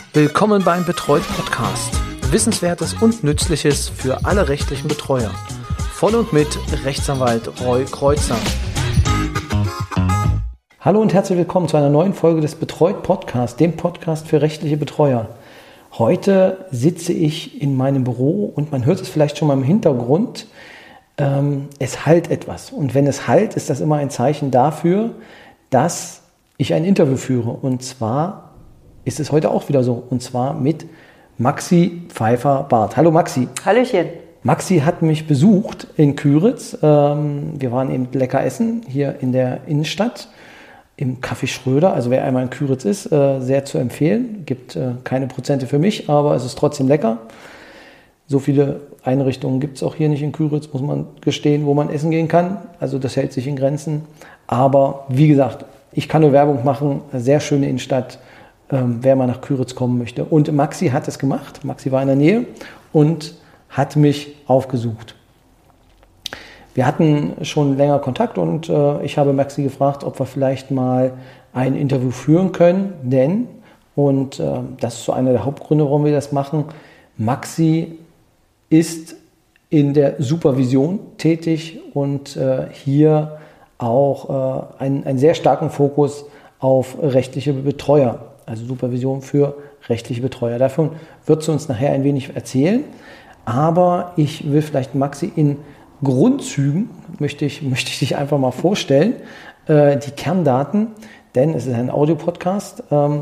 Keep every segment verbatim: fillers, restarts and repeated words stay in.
Willkommen beim Betreut Podcast. Wissenswertes und Nützliches für alle rechtlichen Betreuer. Von und mit Rechtsanwalt Roy Kreuzer. Hallo und herzlich willkommen zu einer neuen Folge des Betreut Podcast, dem Podcast für rechtliche Betreuer. Heute sitze ich in meinem Büro und man hört es vielleicht schon mal im Hintergrund. Ähm, es hallt etwas. Und wenn es hallt, ist das immer ein Zeichen dafür, dass ich ein Interview führe. Und zwar ist es heute auch wieder so. Und zwar mit Maxi Pfeiffer-Barth. Hallo Maxi. Hallöchen. Maxi hat mich besucht in Küritz. Ähm, wir waren eben lecker essen hier in der Innenstadt im Café Schröder. Also wer einmal in Küritz ist, äh, sehr zu empfehlen. Gibt äh, keine Prozente für mich, aber es ist trotzdem lecker. So viele Einrichtungen gibt es auch hier nicht in Küritz, muss man gestehen, wo man essen gehen kann. Also das hält sich in Grenzen. Aber wie gesagt, ich kann nur Werbung machen. Sehr schöne Innenstadt. Ähm, wer mal nach Küritz kommen möchte. Und Maxi hat es gemacht. Maxi war in der Nähe und hat mich aufgesucht. Wir hatten schon länger Kontakt und äh, ich habe Maxi gefragt, ob wir vielleicht mal ein Interview führen können, denn, und äh, das ist so einer der Hauptgründe, warum wir das machen, Maxi ist in der Supervision tätig und äh, hier auch äh, einen, einen sehr starken Fokus auf rechtliche Betreuer. Also Supervision für rechtliche Betreuer. Davon wird sie uns nachher ein wenig erzählen. Aber ich will vielleicht Maxi in Grundzügen, möchte ich, möchte ich dich einfach mal vorstellen, äh, die Kerndaten, denn es ist ein Audiopodcast. Ähm,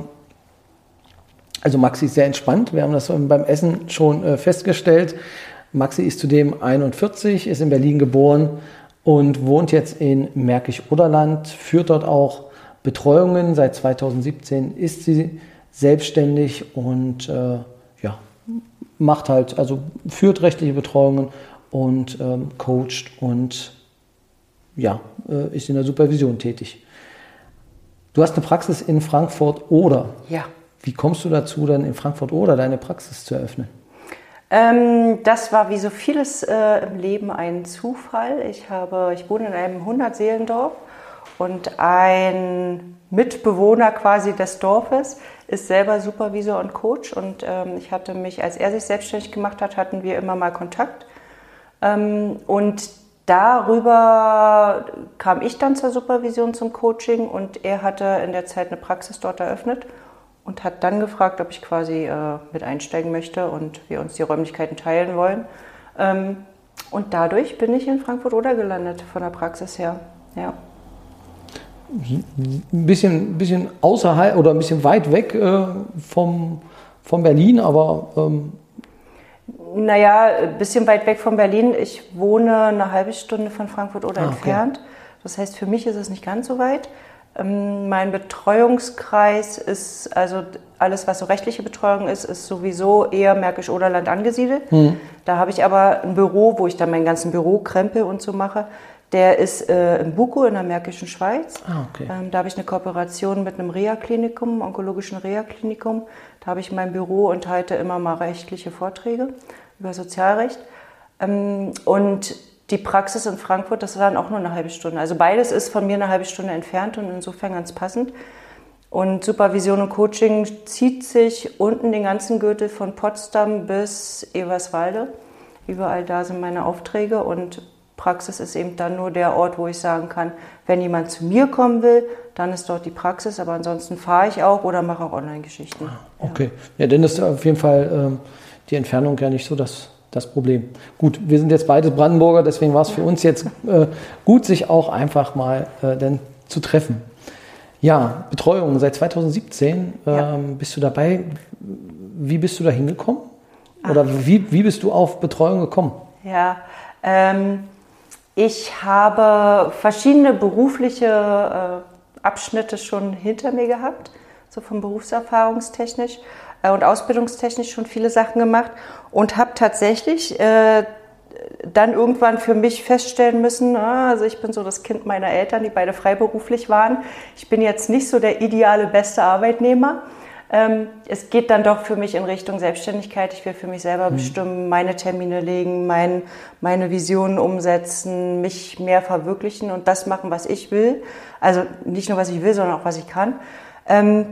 also Maxi ist sehr entspannt. Wir haben das beim Essen schon äh, festgestellt. Maxi ist zudem einundvierzig, ist in Berlin geboren und wohnt jetzt in Märkisch-Oderland, führt dort auch Betreuungen. Seit zweitausendsiebzehn ist sie selbstständig und äh, ja, macht halt, also führt rechtliche Betreuungen und ähm, coacht und ja, äh, ist in der Supervision tätig. Du hast eine Praxis in Frankfurt-Oder. Ja. Wie kommst du dazu, dann in Frankfurt-Oder deine Praxis zu eröffnen? Ähm, das war wie so vieles äh, im Leben ein Zufall. Ich, habe, ich wohne in einem hundert-Seelendorf. Und ein Mitbewohner quasi des Dorfes ist selber Supervisor und Coach. Und ähm, ich hatte mich, als er sich selbstständig gemacht hat, hatten wir immer mal Kontakt. Ähm, und darüber kam ich dann zur Supervision, zum Coaching. Und er hatte in der Zeit eine Praxis dort eröffnet und hat dann gefragt, ob ich quasi äh, mit einsteigen möchte und wir uns die Räumlichkeiten teilen wollen. Ähm, und dadurch bin ich in Frankfurt-Oder gelandet, von der Praxis her. Ja. Ein bisschen, bisschen außerhalb oder ein bisschen weit weg äh, vom, von Berlin, aber... Ähm Naja, ein bisschen weit weg von Berlin. Ich wohne eine halbe Stunde von Frankfurt-Oder ah, okay. entfernt. Das heißt, für mich ist es nicht ganz so weit. Ähm, mein Betreuungskreis ist, also alles, was so rechtliche Betreuung ist, ist sowieso eher Märkisch-Oderland angesiedelt. Hm. Da habe ich aber ein Büro, wo ich dann meinen ganzen Bürokrempel und so mache. Der ist äh, in Bukow in der Märkischen Schweiz. Ah, okay. ähm, da habe ich eine Kooperation mit einem Reha-Klinikum, onkologischen Reha-Klinikum. Da habe ich mein Büro und halte immer mal rechtliche Vorträge über Sozialrecht. Ähm, und die Praxis in Frankfurt, das war dann auch nur eine halbe Stunde. Also beides ist von mir eine halbe Stunde entfernt und insofern ganz passend. Und Supervision und Coaching zieht sich unten den ganzen Gürtel von Potsdam bis Eberswalde. Überall da sind meine Aufträge und Praxis ist eben dann nur der Ort, wo ich sagen kann, wenn jemand zu mir kommen will, dann ist dort die Praxis, aber ansonsten fahre ich auch oder mache auch Online-Geschichten. Okay, ja, ja, dann ist auf jeden Fall ähm, die Entfernung ja nicht so das, das Problem. Gut, wir sind jetzt beide Brandenburger, deswegen war es für uns jetzt äh, gut, sich auch einfach mal äh, dann zu treffen. Ja, Betreuung seit zweitausendsiebzehn ja. ähm, bist du dabei. Wie bist du da hingekommen? Oder wie, wie bist du auf Betreuung gekommen? Ja, ähm, ich habe verschiedene berufliche äh, Abschnitte schon hinter mir gehabt, so von berufserfahrungstechnisch äh, und ausbildungstechnisch schon viele Sachen gemacht und habe tatsächlich äh, dann irgendwann für mich feststellen müssen, also ich bin so das Kind meiner Eltern, die beide freiberuflich waren. Ich bin jetzt nicht so der ideale beste Arbeitnehmer. Ähm, es geht dann doch für mich in Richtung Selbstständigkeit. Ich will für mich selber mhm. bestimmen, meine Termine legen, mein, meine Visionen umsetzen, mich mehr verwirklichen und das machen, was ich will. Also nicht nur, was ich will, sondern auch, was ich kann. Ähm,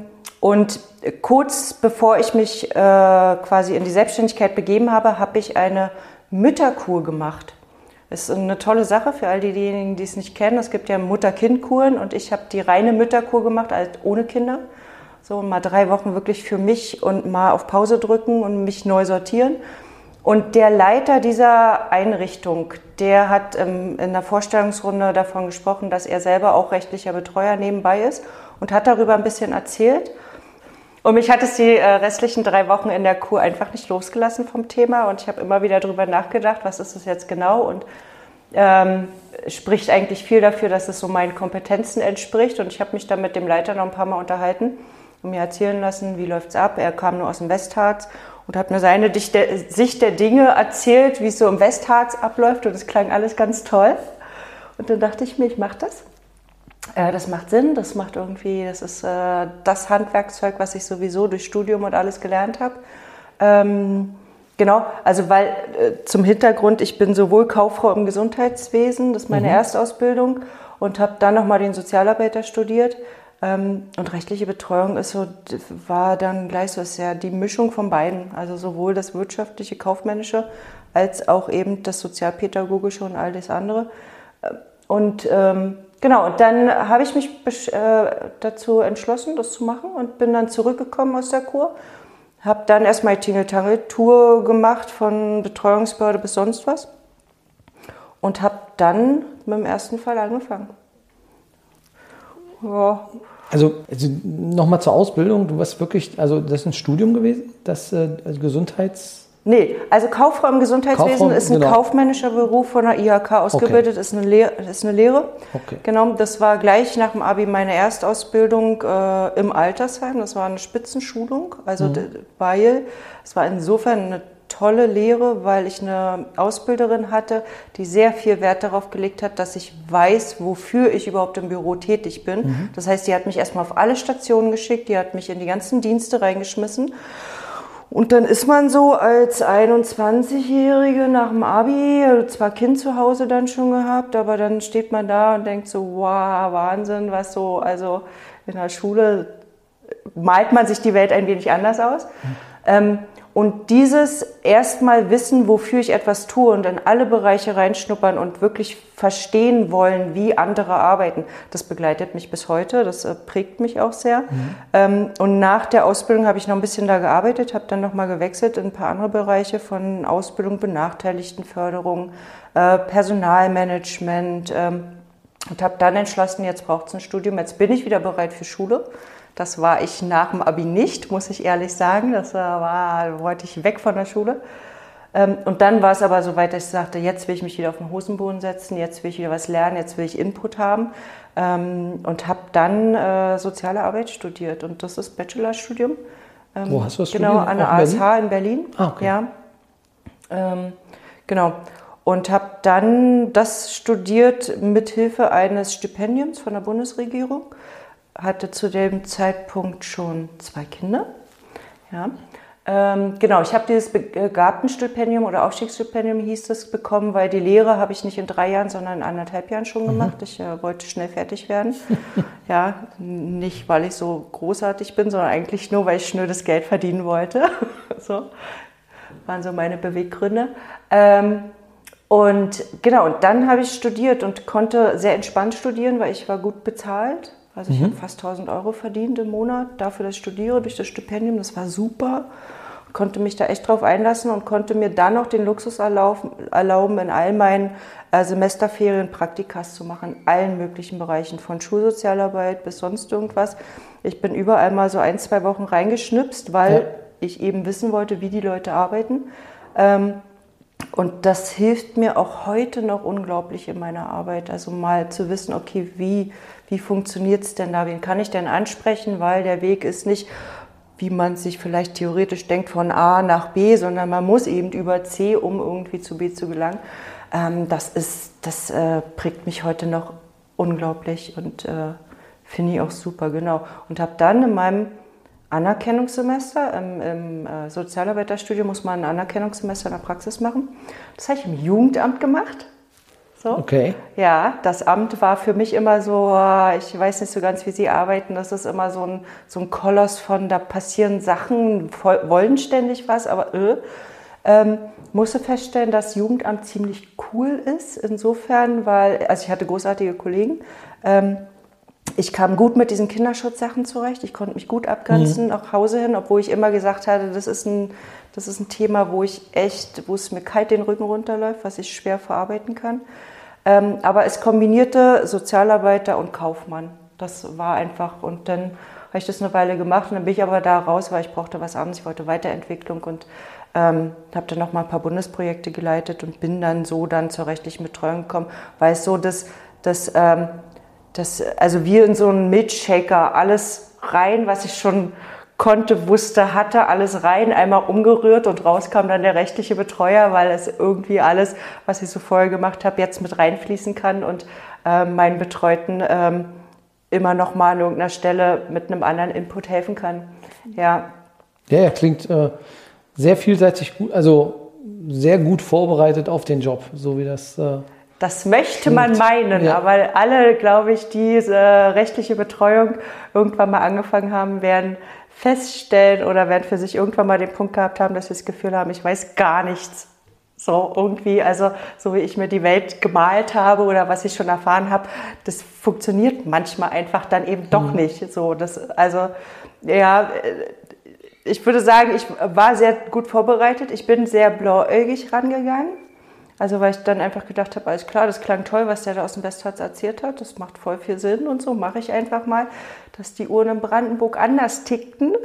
Und kurz bevor ich mich äh, quasi in die Selbstständigkeit begeben habe, habe ich eine Mütterkur gemacht. Das ist eine tolle Sache für all diejenigen, die es nicht kennen. Es gibt ja Mutter-Kind-Kuren und ich habe die reine Mütterkur gemacht, also ohne Kinder. So mal drei Wochen wirklich für mich und mal auf Pause drücken und mich neu sortieren. Und der Leiter dieser Einrichtung, der hat ähm, in der Vorstellungsrunde davon gesprochen, dass er selber auch rechtlicher Betreuer nebenbei ist und hat darüber ein bisschen erzählt. Und mich hat es die äh, restlichen drei Wochen in der Kur einfach nicht losgelassen vom Thema. Und ich habe immer wieder darüber nachgedacht, was ist es jetzt genau? Und ähm, spricht eigentlich viel dafür, dass es so meinen Kompetenzen entspricht. Und ich habe mich dann mit dem Leiter noch ein paar Mal unterhalten und mir erzählen lassen, wie läuft's ab. Er kam nur aus dem Westharz und hat mir seine Sicht der Dinge erzählt, wie es so im Westharz abläuft. Und es klang alles ganz toll. Und dann dachte ich mir, ich mache das. Äh, das macht Sinn, das macht irgendwie, das ist äh, das Handwerkszeug, was ich sowieso durch Studium und alles gelernt habe. Ähm, genau, also weil äh, zum Hintergrund, ich bin sowohl Kauffrau im Gesundheitswesen, das ist meine mhm. Erstausbildung, und habe dann nochmal den Sozialarbeiter studiert. Ähm, und rechtliche Betreuung ist so, war dann gleich so, ist ja die Mischung von beiden, also sowohl das wirtschaftliche, kaufmännische, als auch eben das sozialpädagogische und all das andere. Und ähm, Genau, und dann habe ich mich äh, dazu entschlossen, das zu machen und bin dann zurückgekommen aus der Kur. Habe dann erstmal die Tingle-Tangel-Tour gemacht, von Betreuungsbehörde bis sonst was. Und habe dann mit dem ersten Fall angefangen. Ja. Also, also nochmal zur Ausbildung. Du warst wirklich, also das ist ein Studium gewesen, das äh, also Gesundheits... Nee, also Kauffrau im Gesundheitswesen Kauffrau, ist ein genau. kaufmännischer Beruf von der I H K ausgebildet, okay. ist, eine Lehre, ist eine Lehre. Okay. Genau, das war gleich nach dem Abi meine Erstausbildung äh, im Altersheim. Das war eine Spitzenschulung, also mhm. weil es war insofern eine tolle Lehre, weil ich eine Ausbilderin hatte, die sehr viel Wert darauf gelegt hat, dass ich weiß, wofür ich überhaupt im Büro tätig bin. Mhm. Das heißt, die hat mich erstmal auf alle Stationen geschickt, die hat mich in die ganzen Dienste reingeschmissen. Und dann ist man so als einundzwanzigjährige nach dem Abi, zwar Kind zu Hause dann schon gehabt, aber dann steht man da und denkt so, wow, Wahnsinn, was so, also in der Schule malt man sich die Welt ein wenig anders aus. Mhm. Ähm, und dieses erstmal wissen, wofür ich etwas tue und in alle Bereiche reinschnuppern und wirklich verstehen wollen, wie andere arbeiten, das begleitet mich bis heute, das äh, prägt mich auch sehr. Mhm. Ähm, und nach der Ausbildung habe ich noch ein bisschen da gearbeitet, habe dann nochmal gewechselt in ein paar andere Bereiche von Ausbildung, Benachteiligtenförderung, äh, Personalmanagement ähm, und habe dann entschlossen, jetzt braucht es ein Studium, jetzt bin ich wieder bereit für Schule. Das war ich nach dem Abi nicht, muss ich ehrlich sagen. Das war, wollte ich weg von der Schule. Und dann war es aber so weit, dass ich sagte, jetzt will ich mich wieder auf den Hosenboden setzen, jetzt will ich wieder was lernen, jetzt will ich Input haben. Und habe dann äh, Soziale Arbeit studiert. Und das ist Bachelorstudium. Wo hast du das genau, studiert? Genau, an der A S H in Berlin. Ah, okay. Ja. Ähm, genau. Und habe dann das studiert mit Hilfe eines Stipendiums von der Bundesregierung. Hatte zu dem Zeitpunkt schon zwei Kinder. Ja. Ähm, genau, ich habe dieses Begabtenstipendium oder Aufstiegsstipendium hieß das bekommen, weil die Lehre habe ich nicht in drei Jahren, sondern in anderthalb Jahren schon gemacht. Mhm. Ich äh, wollte schnell fertig werden. Ja, nicht, weil ich so großartig bin, sondern eigentlich nur, weil ich schnödes Geld verdienen wollte. So waren so meine Beweggründe. Ähm, und genau, und dann habe ich studiert und konnte sehr entspannt studieren, weil ich war gut bezahlt. Also ich mhm. habe fast tausend Euro verdient im Monat dafür, dass ich studiere, durch das Stipendium. Das war super. Konnte mich da echt drauf einlassen und konnte mir dann noch den Luxus erlauben, in all meinen äh, Semesterferien Praktikas zu machen, in allen möglichen Bereichen, von Schulsozialarbeit bis sonst irgendwas. Ich bin überall mal so ein, zwei Wochen reingeschnipst, weil ja. ich eben wissen wollte, wie die Leute arbeiten. Ähm, und das hilft mir auch heute noch unglaublich in meiner Arbeit. Also mal zu wissen, okay, wie, wie funktioniert es denn da? Wen kann ich denn ansprechen? Weil der Weg ist nicht, wie man sich vielleicht theoretisch denkt, von A nach B, sondern man muss eben über C, um irgendwie zu B zu gelangen. Ähm, das ist, das äh, prägt mich heute noch unglaublich und äh, finde ich auch super, genau. Und habe dann in meinem Anerkennungssemester, im, im äh, Sozialarbeiterstudium muss man ein Anerkennungssemester in der Praxis machen. Das habe ich im Jugendamt gemacht. So. Okay. Ja, das Amt war für mich immer so, ich weiß nicht so ganz, wie Sie arbeiten, das ist immer so ein, so ein Koloss von, da passieren Sachen, wollen ständig was, aber äh, ähm, musste feststellen, dass Jugendamt ziemlich cool ist, insofern, weil, also ich hatte großartige Kollegen, ähm, ich kam gut mit diesen Kinderschutzsachen zurecht, ich konnte mich gut abgrenzen, mhm. nach Hause hin, obwohl ich immer gesagt hatte, das ist ein, das ist ein Thema, wo ich echt, wo es mir kalt den Rücken runterläuft, was ich schwer verarbeiten kann. Ähm, aber es kombinierte Sozialarbeiter und Kaufmann. Das war einfach, und dann habe ich das eine Weile gemacht und dann bin ich aber da raus, weil ich brauchte was anderes, ich wollte Weiterentwicklung und ähm, habe dann noch mal ein paar Bundesprojekte geleitet und bin dann so dann zur rechtlichen Betreuung gekommen, weil es so, dass, dass, ähm, dass also wir in so einen Milchshaker alles rein, was ich schon konnte, wusste, hatte, alles rein, einmal umgerührt und raus kam dann der rechtliche Betreuer, weil es irgendwie alles, was ich so vorher gemacht habe, jetzt mit reinfließen kann und äh, meinen Betreuten ähm, immer noch mal an irgendeiner Stelle mit einem anderen Input helfen kann. Ja, ja, ja klingt äh, sehr vielseitig gut, also sehr gut vorbereitet auf den Job, so wie das... Äh Das möchte man meinen, ja. Aber alle, glaube ich, die diese rechtliche Betreuung irgendwann mal angefangen haben, werden feststellen oder werden für sich irgendwann mal den Punkt gehabt haben, dass sie das Gefühl haben, ich weiß gar nichts. So irgendwie, also so wie ich mir die Welt gemalt habe oder was ich schon erfahren habe, das funktioniert manchmal einfach dann eben doch mhm. nicht. So, das, also ja, ich würde sagen, ich war sehr gut vorbereitet. Ich bin sehr blauäugig rangegangen. Also weil ich dann einfach gedacht habe, alles klar, das klang toll, was der da aus dem Westharz erzählt hat. Das macht voll viel Sinn und so, mache ich einfach mal. Dass die Uhren in Brandenburg anders tickten,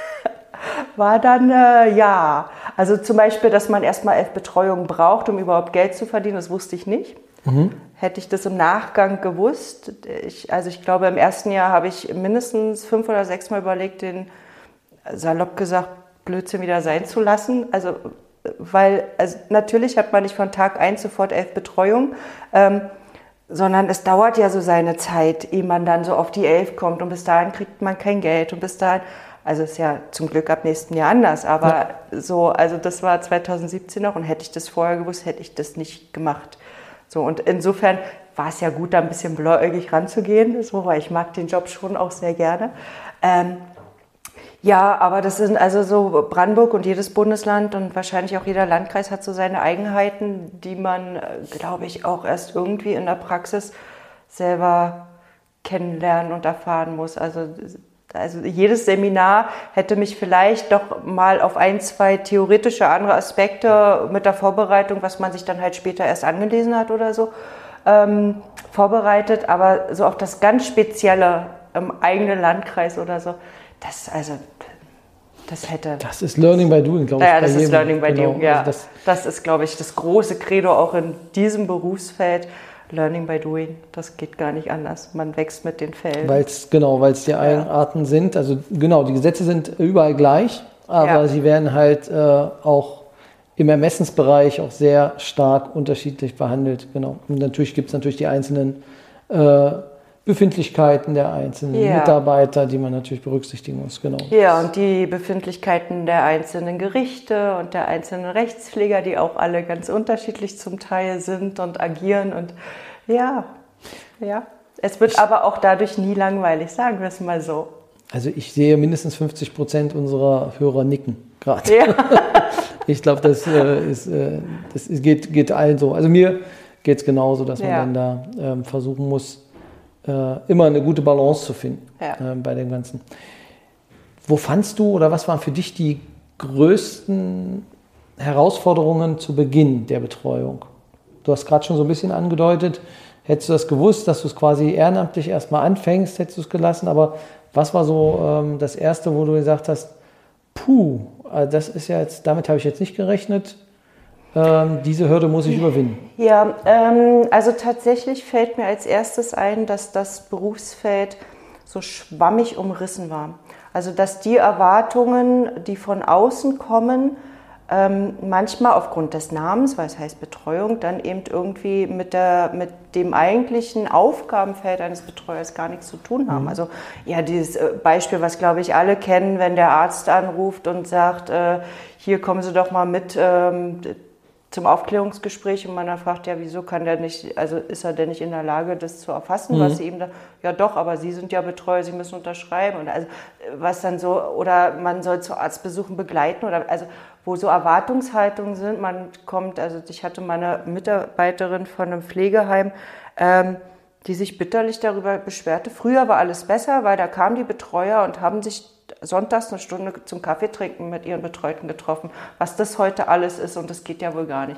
war dann, äh, ja. Also zum Beispiel, dass man erstmal elf Betreuungen braucht, um überhaupt Geld zu verdienen, das wusste ich nicht. Mhm. Hätte ich das im Nachgang gewusst, ich, also ich glaube, im ersten Jahr habe ich mindestens fünf oder sechs Mal überlegt, den, salopp gesagt, Blödsinn wieder sein zu lassen. Also weil also natürlich hat man nicht von Tag eins sofort elf Betreuung, ähm, sondern es dauert ja so seine Zeit, ehe man dann so auf die elf kommt und bis dahin kriegt man kein Geld und bis dahin, also ist ja zum Glück ab nächsten Jahr anders, aber ja. so, also das war zwanzig siebzehn noch und hätte ich das vorher gewusst, hätte ich das nicht gemacht. So und insofern war es ja gut, da ein bisschen blauäugig ranzugehen, so, weil ich mag den Job schon auch sehr gerne. Ähm, Ja, aber das sind also so Brandenburg und jedes Bundesland und wahrscheinlich auch jeder Landkreis hat so seine Eigenheiten, die man, glaube ich, auch erst irgendwie in der Praxis selber kennenlernen und erfahren muss. Also, also jedes Seminar hätte mich vielleicht doch mal auf ein, zwei theoretische andere Aspekte mit der Vorbereitung, was man sich dann halt später erst angelesen hat oder so, ähm, vorbereitet. Aber so auf das ganz Spezielle im eigenen Landkreis oder so, das, also, das hätte... Das ist Learning by Doing, glaube ich. Ja, das ist jedem. Learning by genau. Doing, ja. Also das, das ist, glaube ich, das große Credo auch in diesem Berufsfeld. Learning by Doing, das geht gar nicht anders. Man wächst mit den Fällen. Weil's, genau, weil es die Eigenarten ja. sind. Also genau, die Gesetze sind überall gleich, aber ja. sie werden halt äh, auch im Ermessensbereich auch sehr stark unterschiedlich behandelt. Genau. Und natürlich gibt es natürlich die einzelnen äh, Befindlichkeiten der einzelnen ja. Mitarbeiter, die man natürlich berücksichtigen muss. Genau. Ja, und die Befindlichkeiten der einzelnen Gerichte und der einzelnen Rechtspfleger, die auch alle ganz unterschiedlich zum Teil sind und agieren. Und ja, ja. Es wird ich, aber auch dadurch nie langweilig, sagen wir es mal so. Also ich sehe mindestens fünfzig Prozent unserer Hörer nicken gerade. Ja. Ich glaube, das, äh, ist, äh, das geht, geht allen so. Also mir geht es genauso, dass man ja. dann da ähm, versuchen muss, äh, immer eine gute Balance zu finden ja. äh, bei dem Ganzen. Wo fandst du oder was waren für dich die größten Herausforderungen zu Beginn der Betreuung? Du hast gerade schon so ein bisschen angedeutet, hättest du das gewusst, dass du es quasi ehrenamtlich erstmal anfängst, hättest du es gelassen, aber was war so ähm, das Erste, wo du gesagt hast, puh, das ist ja jetzt, damit habe ich jetzt nicht gerechnet, ähm, diese Hürde muss ich überwinden? Ja, ähm, also tatsächlich fällt mir als erstes ein, dass das Berufsfeld so schwammig umrissen war. Also dass die Erwartungen, die von außen kommen, ähm, manchmal aufgrund des Namens, weil es heißt Betreuung, dann eben irgendwie mit, der, mit dem eigentlichen Aufgabenfeld eines Betreuers gar nichts zu tun haben. Mhm. Also ja, dieses Beispiel, was glaube ich alle kennen, wenn der Arzt anruft und sagt, äh, hier kommen Sie doch mal mit, ähm, zum Aufklärungsgespräch und man dann fragt, ja, wieso kann der nicht, also ist er denn nicht in der Lage, das zu erfassen, Mhm. was sie ihm da, ja doch, aber Sie sind ja Betreuer, Sie müssen unterschreiben und also was dann so, oder man soll zu Arztbesuchen begleiten oder also wo so Erwartungshaltungen sind, man kommt, also ich hatte meine Mitarbeiterin von einem Pflegeheim, ähm, die sich bitterlich darüber beschwerte, früher war alles besser, weil da kamen die Betreuer und haben sich sonntags eine Stunde zum Kaffeetrinken mit ihren Betreuten getroffen, was das heute alles ist und das geht ja wohl gar nicht.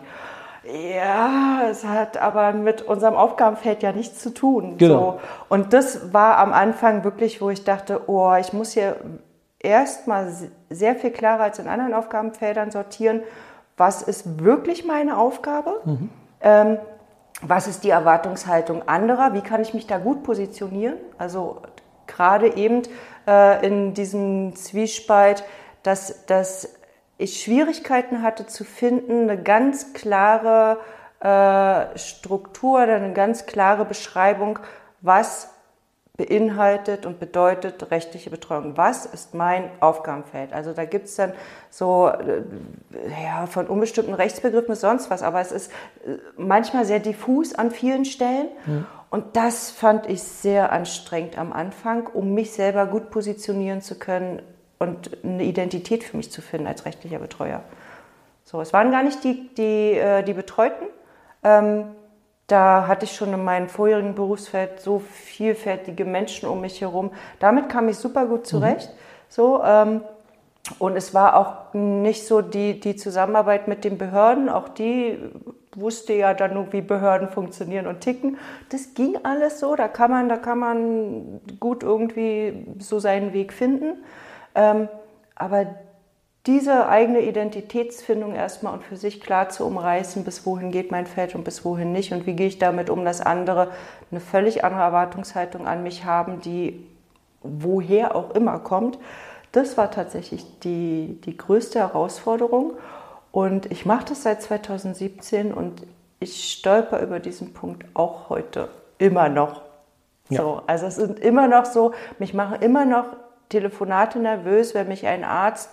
Ja, es hat aber mit unserem Aufgabenfeld ja nichts zu tun. Genau. So. Und das war am Anfang wirklich, wo ich dachte, oh, ich muss hier erstmal sehr viel klarer als in anderen Aufgabenfeldern sortieren, was ist wirklich meine Aufgabe, mhm. ähm, was ist die Erwartungshaltung anderer, wie kann ich mich da gut positionieren, also gerade eben äh, in diesem Zwiespalt, dass, dass ich Schwierigkeiten hatte zu finden, eine ganz klare äh, Struktur, eine ganz klare Beschreibung, was beinhaltet und bedeutet rechtliche Betreuung. Was ist mein Aufgabenfeld? Also da gibt es dann so äh, ja, von unbestimmten Rechtsbegriffen bis sonst was, aber es ist äh, manchmal sehr diffus an vielen Stellen. Mhm. Und das fand ich sehr anstrengend am Anfang, um mich selber gut positionieren zu können und eine Identität für mich zu finden als rechtlicher Betreuer. So, es waren gar nicht die, die, die Betreuten. Ähm, da hatte ich schon in meinem vorherigen Berufsfeld so vielfältige Menschen um mich herum. Damit kam ich super gut zurecht. Mhm. So, ähm, und es war auch nicht so die, die Zusammenarbeit mit den Behörden. Auch die wusste ja dann nur, wie Behörden funktionieren und ticken. Das ging alles so. Da kann man, da kann man gut irgendwie so seinen Weg finden. Ähm, aber diese eigene Identitätsfindung erstmal und für sich klar zu umreißen, bis wohin geht mein Feld und bis wohin nicht und wie gehe ich damit um, dass andere eine völlig andere Erwartungshaltung an mich haben, die woher auch immer kommt, das war tatsächlich die, die größte Herausforderung und ich mache das seit zweitausendsiebzehn und ich stolper über diesen Punkt auch heute immer noch. Ja. So, also es sind immer noch so, mich machen immer noch Telefonate nervös, wenn mich ein Arzt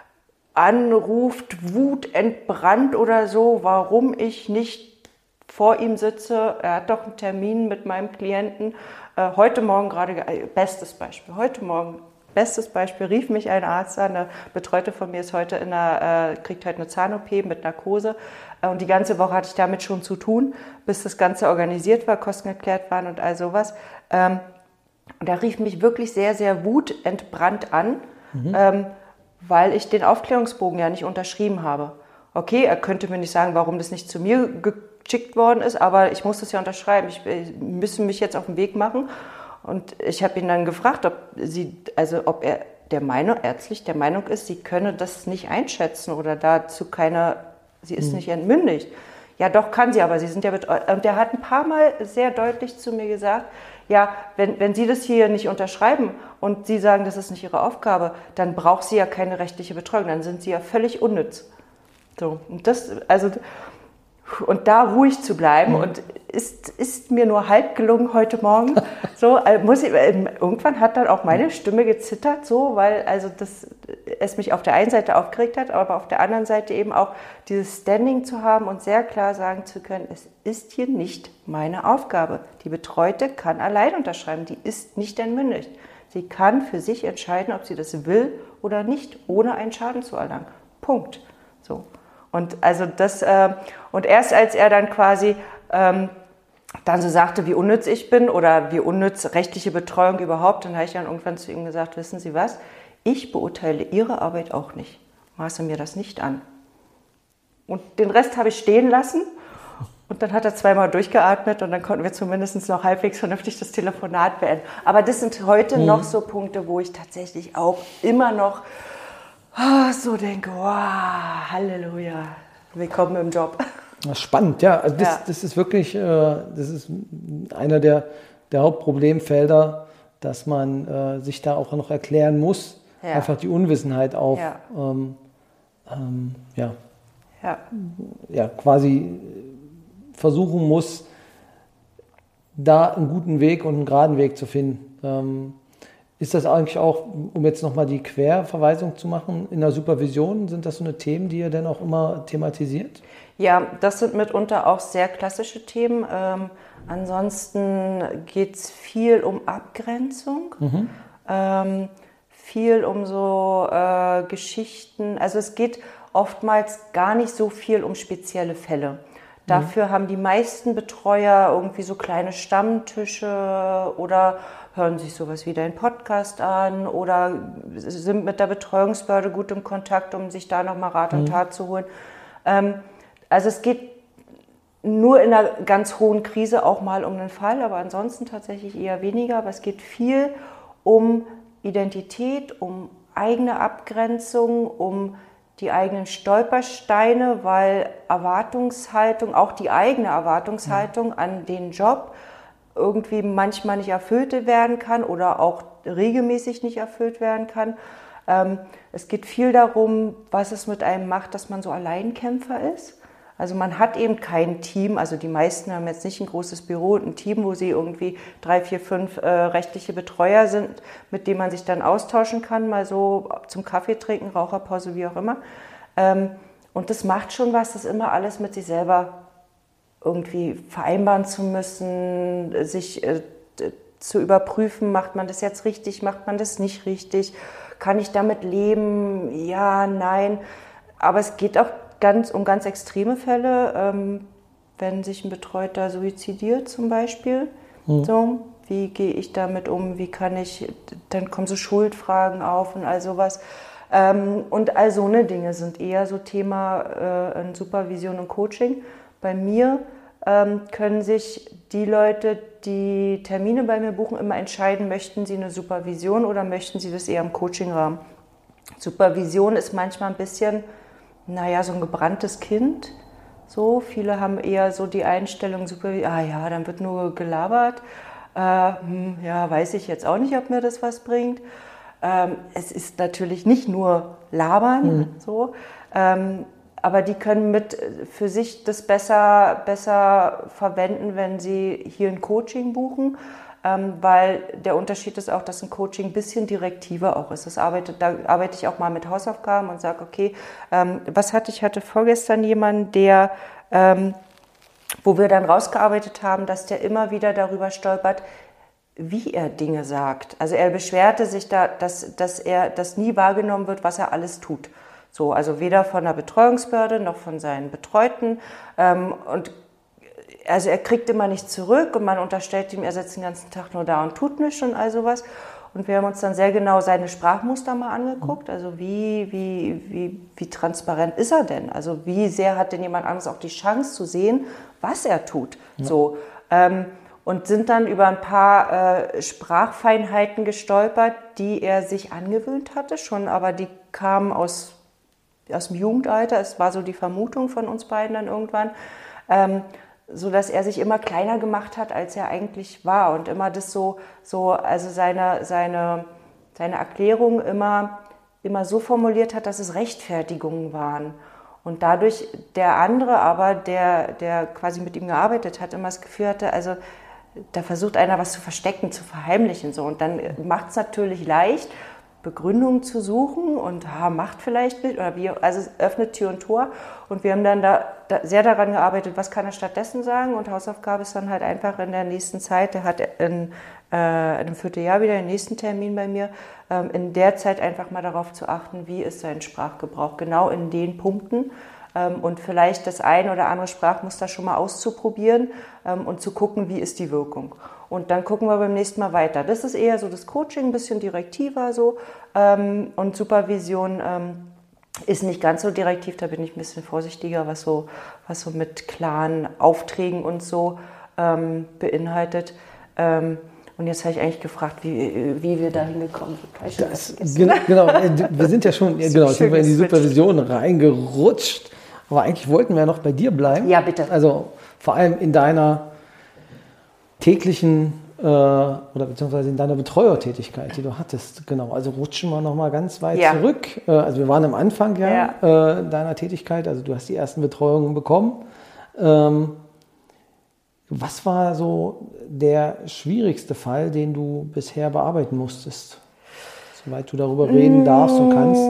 anruft, wutentbrannt oder so, warum ich nicht vor ihm sitze. Er hat doch einen Termin mit meinem Klienten. Äh, heute Morgen gerade, äh, bestes Beispiel, heute Morgen, bestes Beispiel, rief mich ein Arzt an, eine Betreute von mir ist heute in einer, äh, kriegt heute eine Zahn-O P mit Narkose. Äh, und die ganze Woche hatte ich damit schon zu tun, bis das Ganze organisiert war, Kosten geklärt waren und all sowas. Ähm, da rief mich wirklich sehr, sehr wutentbrannt an, mhm. ähm, weil ich den Aufklärungsbogen ja nicht unterschrieben habe. Okay, er könnte mir nicht sagen, warum das nicht zu mir geschickt worden ist, aber ich muss das ja unterschreiben. Ich, ich müssen mich jetzt auf den Weg machen. Und ich habe ihn dann gefragt, ob sie, also ob er der Meinung, ärztlich der Meinung ist, sie könne das nicht einschätzen oder dazu keine, sie ist mhm. nicht entmündigt. Ja, doch kann sie, aber sie sind ja betreut. Und der hat ein paar Mal sehr deutlich zu mir gesagt, ja, wenn, wenn Sie das hier nicht unterschreiben und Sie sagen, das ist nicht Ihre Aufgabe, dann braucht sie ja keine rechtliche Betreuung, dann sind Sie ja völlig unnütz. So, und das, also, und da ruhig zu bleiben mhm. und ist, ist mir nur halb gelungen heute Morgen. So, muss ich, irgendwann hat dann auch meine Stimme gezittert, so, weil also das, es mich auf der einen Seite aufgeregt hat, aber auf der anderen Seite eben auch dieses Standing zu haben und sehr klar sagen zu können, es ist hier nicht meine Aufgabe. Die Betreute kann allein unterschreiben, die ist nicht entmündigt. Sie kann für sich entscheiden, ob sie das will oder nicht, ohne einen Schaden zu erlangen. Punkt. So. Und also das, äh, und erst als er dann quasi ähm, dann so sagte, wie unnütz ich bin oder wie unnütz rechtliche Betreuung überhaupt, dann habe ich dann irgendwann zu ihm gesagt, wissen Sie was, ich beurteile Ihre Arbeit auch nicht, maße mir das nicht an. Und den Rest habe ich stehen lassen und dann hat er zweimal durchgeatmet und dann konnten wir zumindest noch halbwegs vernünftig das Telefonat beenden. Aber das sind heute mhm. noch so Punkte, wo ich tatsächlich auch immer noch oh, so denke, wow, Halleluja, willkommen im Job. Spannend, ja. Also das, ja. das ist wirklich, äh, das ist einer der, der Hauptproblemfelder, dass man äh, sich da auch noch erklären muss, ja. einfach die Unwissenheit auf, ja, ähm, ähm, ja. Ja. ja, quasi versuchen muss, da einen guten Weg und einen geraden Weg zu finden. Ähm, Ist das eigentlich auch, um jetzt nochmal die Querverweisung zu machen, in der Supervision, sind das so eine Themen, die ihr dann auch immer thematisiert? Ja, das sind mitunter auch sehr klassische Themen. Ähm, ansonsten geht es viel um Abgrenzung, mhm. ähm, viel um so äh, Geschichten. Also es geht oftmals gar nicht so viel um spezielle Fälle. Dafür mhm. haben die meisten Betreuer irgendwie so kleine Stammtische oder hören sich sowas wie deinen Podcast an oder sind mit der Betreuungsbehörde gut im Kontakt, um sich da nochmal Rat und Tat mhm. zu holen. Ähm, also es geht nur in einer ganz hohen Krise auch mal um einen Fall, aber ansonsten tatsächlich eher weniger. Aber es geht viel um Identität, um eigene Abgrenzung, um die eigenen Stolpersteine, weil Erwartungshaltung, auch die eigene Erwartungshaltung an den Job irgendwie manchmal nicht erfüllt werden kann oder auch regelmäßig nicht erfüllt werden kann. Ähm, es geht viel darum, was es mit einem macht, dass man so Alleinkämpfer ist. Also man hat eben kein Team, also die meisten haben jetzt nicht ein großes Büro und ein Team, wo sie irgendwie drei, vier, fünf äh, rechtliche Betreuer sind, mit denen man sich dann austauschen kann, mal so zum Kaffee trinken, Raucherpause, wie auch immer. Ähm, und das macht schon was, das immer alles mit sich selber irgendwie vereinbaren zu müssen, sich äh, zu überprüfen, macht man das jetzt richtig, macht man das nicht richtig, kann ich damit leben, ja, nein. Aber es geht auch ganz, um ganz extreme Fälle, ähm, wenn sich ein Betreuter suizidiert zum Beispiel. Mhm. So, wie gehe ich damit um, wie kann ich, dann kommen so Schuldfragen auf und all sowas. Ähm, und all so eine Dinge sind eher so Thema äh, in Supervision und Coaching. Bei mir ähm, können sich die Leute, die Termine bei mir buchen, immer entscheiden, möchten sie eine Supervision oder möchten sie das eher im Coaching-Rahmen. Supervision ist manchmal ein bisschen, naja, so ein gebranntes Kind. So, viele haben eher so die Einstellung, Supervision, ah ja, dann wird nur gelabert. Äh, hm, ja, weiß ich jetzt auch nicht, ob mir das was bringt. Ähm, es ist natürlich nicht nur labern, mhm. so, ähm, aber die können mit für sich das besser, besser verwenden, wenn sie hier ein Coaching buchen, ähm, weil der Unterschied ist auch, dass ein Coaching ein bisschen direktiver auch ist. Das arbeitet, da arbeite ich auch mal mit Hausaufgaben und sage, okay, ähm, was hatte ich? Ich hatte vorgestern jemanden, der, ähm, wo wir dann rausgearbeitet haben, dass der immer wieder darüber stolpert, wie er Dinge sagt. Also er beschwerte sich da, dass, dass er das nie wahrgenommen wird, was er alles tut. So, also weder von der Betreuungsbehörde noch von seinen Betreuten. Ähm, und also er kriegt immer nichts zurück und man unterstellt ihm, er sitzt den ganzen Tag nur da und tut nichts und all sowas. Und wir haben uns dann sehr genau seine Sprachmuster mal angeguckt. Also wie, wie, wie, wie transparent ist er denn? Also wie sehr hat denn jemand anderes auch die Chance zu sehen, was er tut? Ja. So, ähm, und sind dann über ein paar äh, Sprachfeinheiten gestolpert, die er sich angewöhnt hatte, schon, aber die kamen aus, aus dem Jugendalter. Es war so die Vermutung von uns beiden dann irgendwann, ähm, so dass er sich immer kleiner gemacht hat, als er eigentlich war und immer das so, so also seine, seine, seine Erklärung immer, immer so formuliert hat, dass es Rechtfertigungen waren. Und dadurch der andere aber, der, der quasi mit ihm gearbeitet hat, immer das Gefühl hatte, also da versucht einer was zu verstecken, zu verheimlichen. So. Und dann macht es natürlich leicht, Begründungen zu suchen und ha, macht vielleicht nicht. Oder wie, also es öffnet Tür und Tor. Und wir haben dann da, da sehr daran gearbeitet, was kann er stattdessen sagen. Und Hausaufgabe ist dann halt einfach in der nächsten Zeit, der hat in, äh, in einem Vierteljahr wieder den nächsten Termin bei mir, ähm, in der Zeit einfach mal darauf zu achten, wie ist sein Sprachgebrauch, genau in den Punkten. Und vielleicht das ein oder andere Sprachmuster schon mal auszuprobieren ähm, und zu gucken, wie ist die Wirkung. Und dann gucken wir beim nächsten Mal weiter. Das ist eher so das Coaching, ein bisschen direktiver so. Ähm, und Supervision ähm, ist nicht ganz so direktiv, da bin ich ein bisschen vorsichtiger, was so, was so mit klaren Aufträgen und so ähm, beinhaltet. Ähm, Und jetzt habe ich eigentlich gefragt, wie, wie wir da hingekommen sind. Das, genau, genau, wir sind ja schon genau, sind wir in die Supervision reingerutscht. Aber eigentlich wollten wir ja noch bei dir bleiben. Ja, bitte. Also vor allem in deiner täglichen äh, oder beziehungsweise in deiner Betreuertätigkeit, die du hattest. Genau, also rutschen wir noch mal ganz weit ja. zurück. Äh, also wir waren am Anfang ja, ja. Äh, deiner Tätigkeit. Also du hast die ersten Betreuungen bekommen. Ähm, Was war so der schwierigste Fall, den du bisher bearbeiten musstest? Soweit du darüber reden darfst und kannst.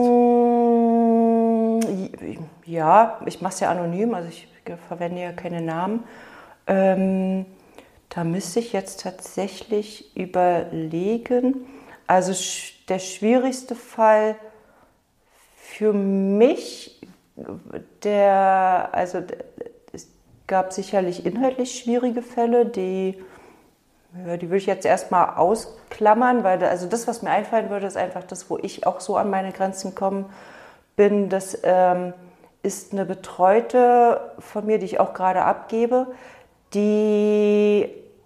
Ja, ich mache es ja anonym, also ich verwende ja keine Namen. Ähm, da müsste ich jetzt tatsächlich überlegen. Also der schwierigste Fall für mich, der, also es gab sicherlich inhaltlich schwierige Fälle, die, ja, die würde ich jetzt erstmal ausklammern, weil also das, was mir einfallen würde, ist einfach das, wo ich auch so an meine Grenzen gekommen bin. Das ähm, ist eine Betreute von mir, die ich auch gerade abgebe, die,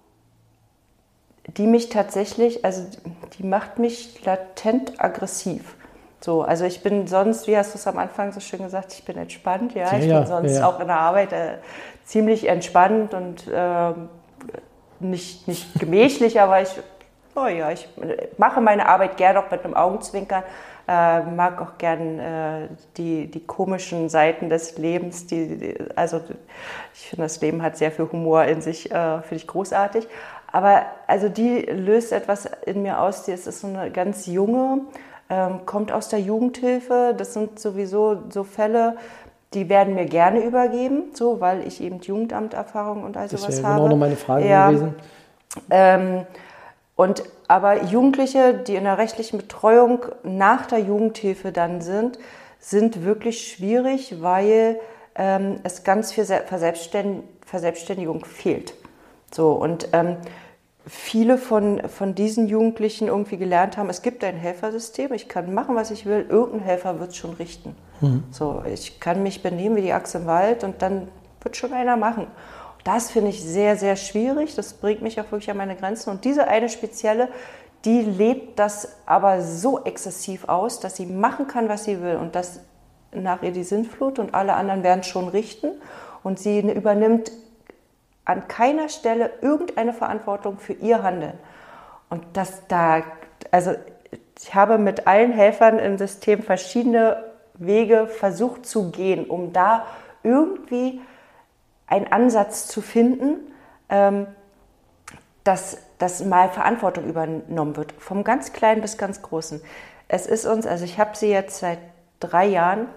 die mich tatsächlich, also die macht mich latent aggressiv. So, also ich bin sonst, wie hast du es am Anfang so schön gesagt, ich bin entspannt, ja, ja ich ja, bin sonst ja. auch in der Arbeit äh, ziemlich entspannt und äh, nicht, nicht gemächlich, aber ich, oh ja, ich mache meine Arbeit gerne auch mit einem Augenzwinkern. Äh, mag auch gern äh, die, die komischen Seiten des Lebens. Die, die, also ich finde, das Leben hat sehr viel Humor in sich, äh, finde ich großartig. Aber also die löst etwas in mir aus, die ist, ist so eine ganz junge, ähm, kommt aus der Jugendhilfe. Das sind sowieso so Fälle, die werden mir gerne übergeben, so, weil ich eben Jugendamterfahrung und all sowas habe. Das wäre genau noch meine Frage ja, gewesen. Ähm, Und aber Jugendliche, die in der rechtlichen Betreuung nach der Jugendhilfe dann sind, sind wirklich schwierig, weil ähm, es ganz viel Verselbstständ- Verselbstständigung fehlt. So, und ähm, viele von, von diesen Jugendlichen irgendwie gelernt haben, es gibt ein Helfersystem, ich kann machen, was ich will, irgendein Helfer wird es schon richten. Mhm. So, ich kann mich benehmen wie die Axt im Wald und dann wird schon einer machen. Das finde ich sehr, sehr schwierig. Das bringt mich auch wirklich an meine Grenzen. Und diese eine spezielle, die lebt das aber so exzessiv aus, dass sie machen kann, was sie will. Und das nach ihr die Sintflut und alle anderen werden schon richten. Und sie übernimmt an keiner Stelle irgendeine Verantwortung für ihr Handeln. Und das da, also ich habe mit allen Helfern im System verschiedene Wege versucht zu gehen, um da irgendwie einen Ansatz zu finden, ähm, dass, dass mal Verantwortung übernommen wird, vom ganz Kleinen bis ganz Großen. Es ist uns, also ich habe sie jetzt seit drei Jahren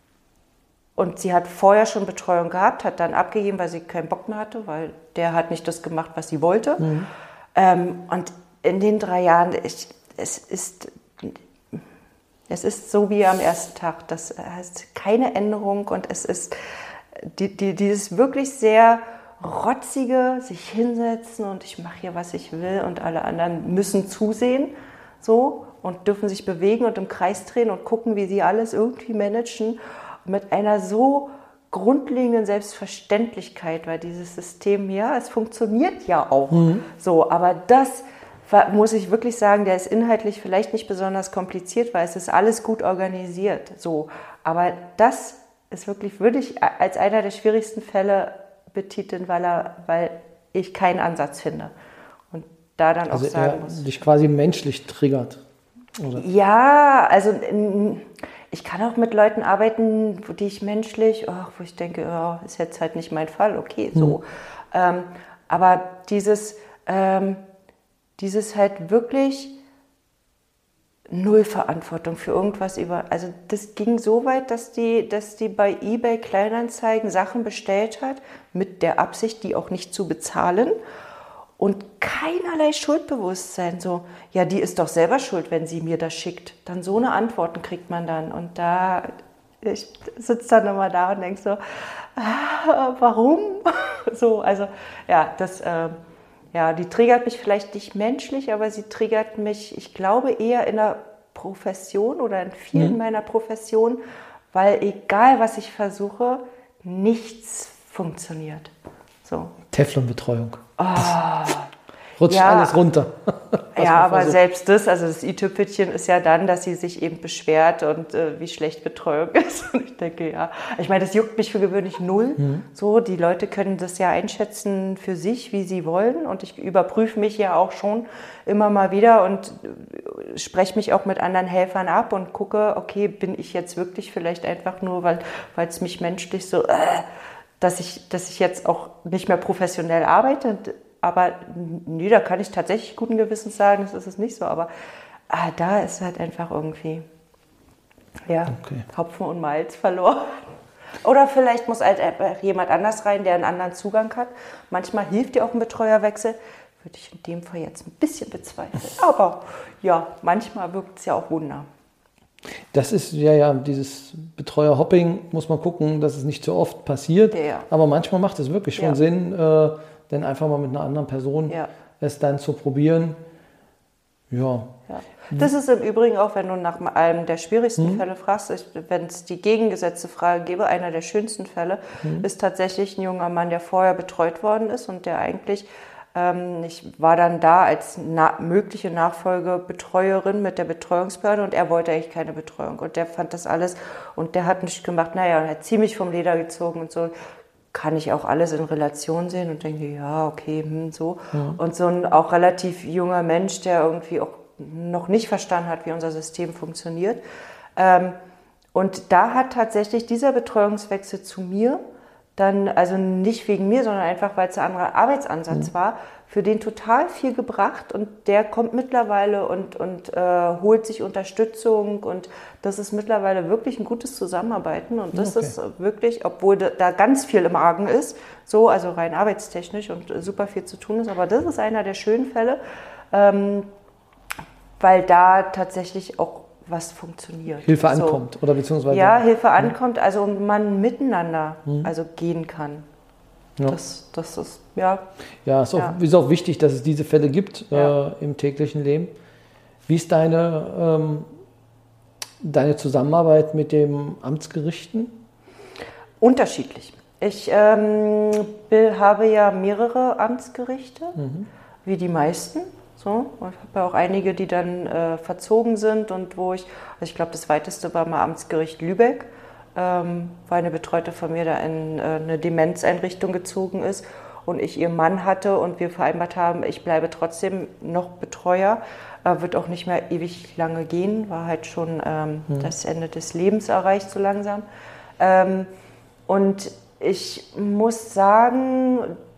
und sie hat vorher schon Betreuung gehabt, hat dann abgegeben, weil sie keinen Bock mehr hatte, weil der hat nicht das gemacht, was sie wollte. Mhm. Ähm, und in den drei Jahren, ich, es ist... Es ist so wie am ersten Tag, das heißt keine Änderung und es ist die, die, dieses wirklich sehr rotzige, sich hinsetzen und ich mache hier, was ich will und alle anderen müssen zusehen so und dürfen sich bewegen und im Kreis drehen und gucken, wie sie alles irgendwie managen mit einer so grundlegenden Selbstverständlichkeit, weil dieses System, ja, es funktioniert ja auch mhm. so, aber das muss ich wirklich sagen, der ist inhaltlich vielleicht nicht besonders kompliziert, weil es ist alles gut organisiert. So. Aber das ist wirklich, würde ich als einer der schwierigsten Fälle betiteln, weil, er, weil ich keinen Ansatz finde. Und da dann also auch sagen er muss. Dich quasi menschlich triggert. Oder? Ja, also ich kann auch mit Leuten arbeiten, die ich menschlich, oh, wo ich denke, oh, ist jetzt halt nicht mein Fall, okay, so. Hm. Ähm, aber dieses... Ähm, Dieses halt wirklich null Verantwortung für irgendwas über. Also das ging so weit, dass die, dass die bei eBay Kleinanzeigen Sachen bestellt hat, mit der Absicht, die auch nicht zu bezahlen. Und keinerlei Schuldbewusstsein. So, ja, die ist doch selber schuld, wenn sie mir das schickt. Dann so eine Antworten kriegt man dann. Und da, ich sitze dann immer da und denke so, ah, warum? So, also ja, das... Äh, Ja, die triggert mich vielleicht nicht menschlich, aber sie triggert mich, ich glaube, eher in der Profession oder in vielen mhm. meiner Professionen, weil egal, was ich versuche, nichts funktioniert. So. Teflonbetreuung. Oh, Rutscht ja, alles runter. Ja, aber versucht. Selbst das, also das i-Tüpfelchen ist ja dann, dass sie sich eben beschwert und äh, wie schlecht Betreuung ist. Und ich denke, ja, ich meine, das juckt mich für gewöhnlich null. Mhm. So, die Leute können das ja einschätzen für sich, wie sie wollen. Und ich überprüfe mich ja auch schon immer mal wieder und äh, spreche mich auch mit anderen Helfern ab und gucke, okay, bin ich jetzt wirklich vielleicht einfach nur, weil weil es mich menschlich so, äh, dass ich, dass ich jetzt auch nicht mehr professionell arbeite. Aber nee, da kann ich tatsächlich guten Gewissens sagen, das ist es nicht so. Aber ah, da ist halt einfach irgendwie ja, Okay. Hopfen und Malz verloren. Oder vielleicht muss halt jemand anders rein, der einen anderen Zugang hat. Manchmal hilft dir auch ein Betreuerwechsel. Würde ich in dem Fall jetzt ein bisschen bezweifeln. Aber ja, manchmal wirkt es ja auch Wunder. Das ist ja, ja, dieses Betreuer-Hopping, muss man gucken, dass es nicht so oft passiert. Ja, ja. Aber manchmal macht es wirklich schon Ja. Sinn, äh, denn einfach mal mit einer anderen Person Ja. es dann zu probieren. Ja. Ja. Das ist im Übrigen auch, wenn du nach einem der schwierigsten Fälle fragst, wenn es die gegengesetzte Frage gäbe, einer der schönsten Fälle ist tatsächlich ein junger Mann, der vorher betreut worden ist und der eigentlich, ähm, ich war dann da als na- mögliche Nachfolgebetreuerin mit der Betreuungsbehörde und er wollte eigentlich keine Betreuung und der fand das alles und der hat nicht gemacht, naja, und hat ziemlich vom Leder gezogen und so. Kann ich auch alles in Relation sehen und denke, ja, okay, hm, so. Ja. Und so ein auch relativ junger Mensch, der irgendwie auch noch nicht verstanden hat, wie unser System funktioniert. Ähm, und da hat tatsächlich dieser Betreuungswechsel zu mir dann, also nicht wegen mir, sondern einfach, weil es ein anderer Arbeitsansatz mhm. war, für den total viel gebracht und der kommt mittlerweile und, und äh, holt sich Unterstützung und das ist mittlerweile wirklich ein gutes Zusammenarbeiten und das okay. ist wirklich, obwohl da ganz viel im Argen ist, so, also rein arbeitstechnisch und super viel zu tun ist, aber das ist einer der schönen Fälle, ähm, weil da tatsächlich auch was funktioniert. Hilfe so. ankommt oder beziehungsweise... Ja, Hilfe ja. ankommt, also man miteinander mhm. also gehen kann. Ja. Das, das ist, ja... Ja, ist auch, ja. ist auch wichtig, dass es diese Fälle gibt ja. äh, im täglichen Leben. Wie ist deine, ähm, deine Zusammenarbeit mit den Amtsgerichten? Unterschiedlich. Ich ähm, habe ja mehrere Amtsgerichte, mhm. wie die meisten. So, ich habe ja auch einige, die dann äh, verzogen sind und wo ich, also ich glaube, das weiteste war mal Amtsgericht Lübeck, ähm, weil eine Betreute von mir da in äh, eine Demenzeinrichtung gezogen ist und ich ihren Mann hatte und wir vereinbart haben, ich bleibe trotzdem noch Betreuer, äh, wird auch nicht mehr ewig lange gehen, war halt schon ähm, mhm. das Ende des Lebens erreicht so langsam. Ähm, und ich muss sagen,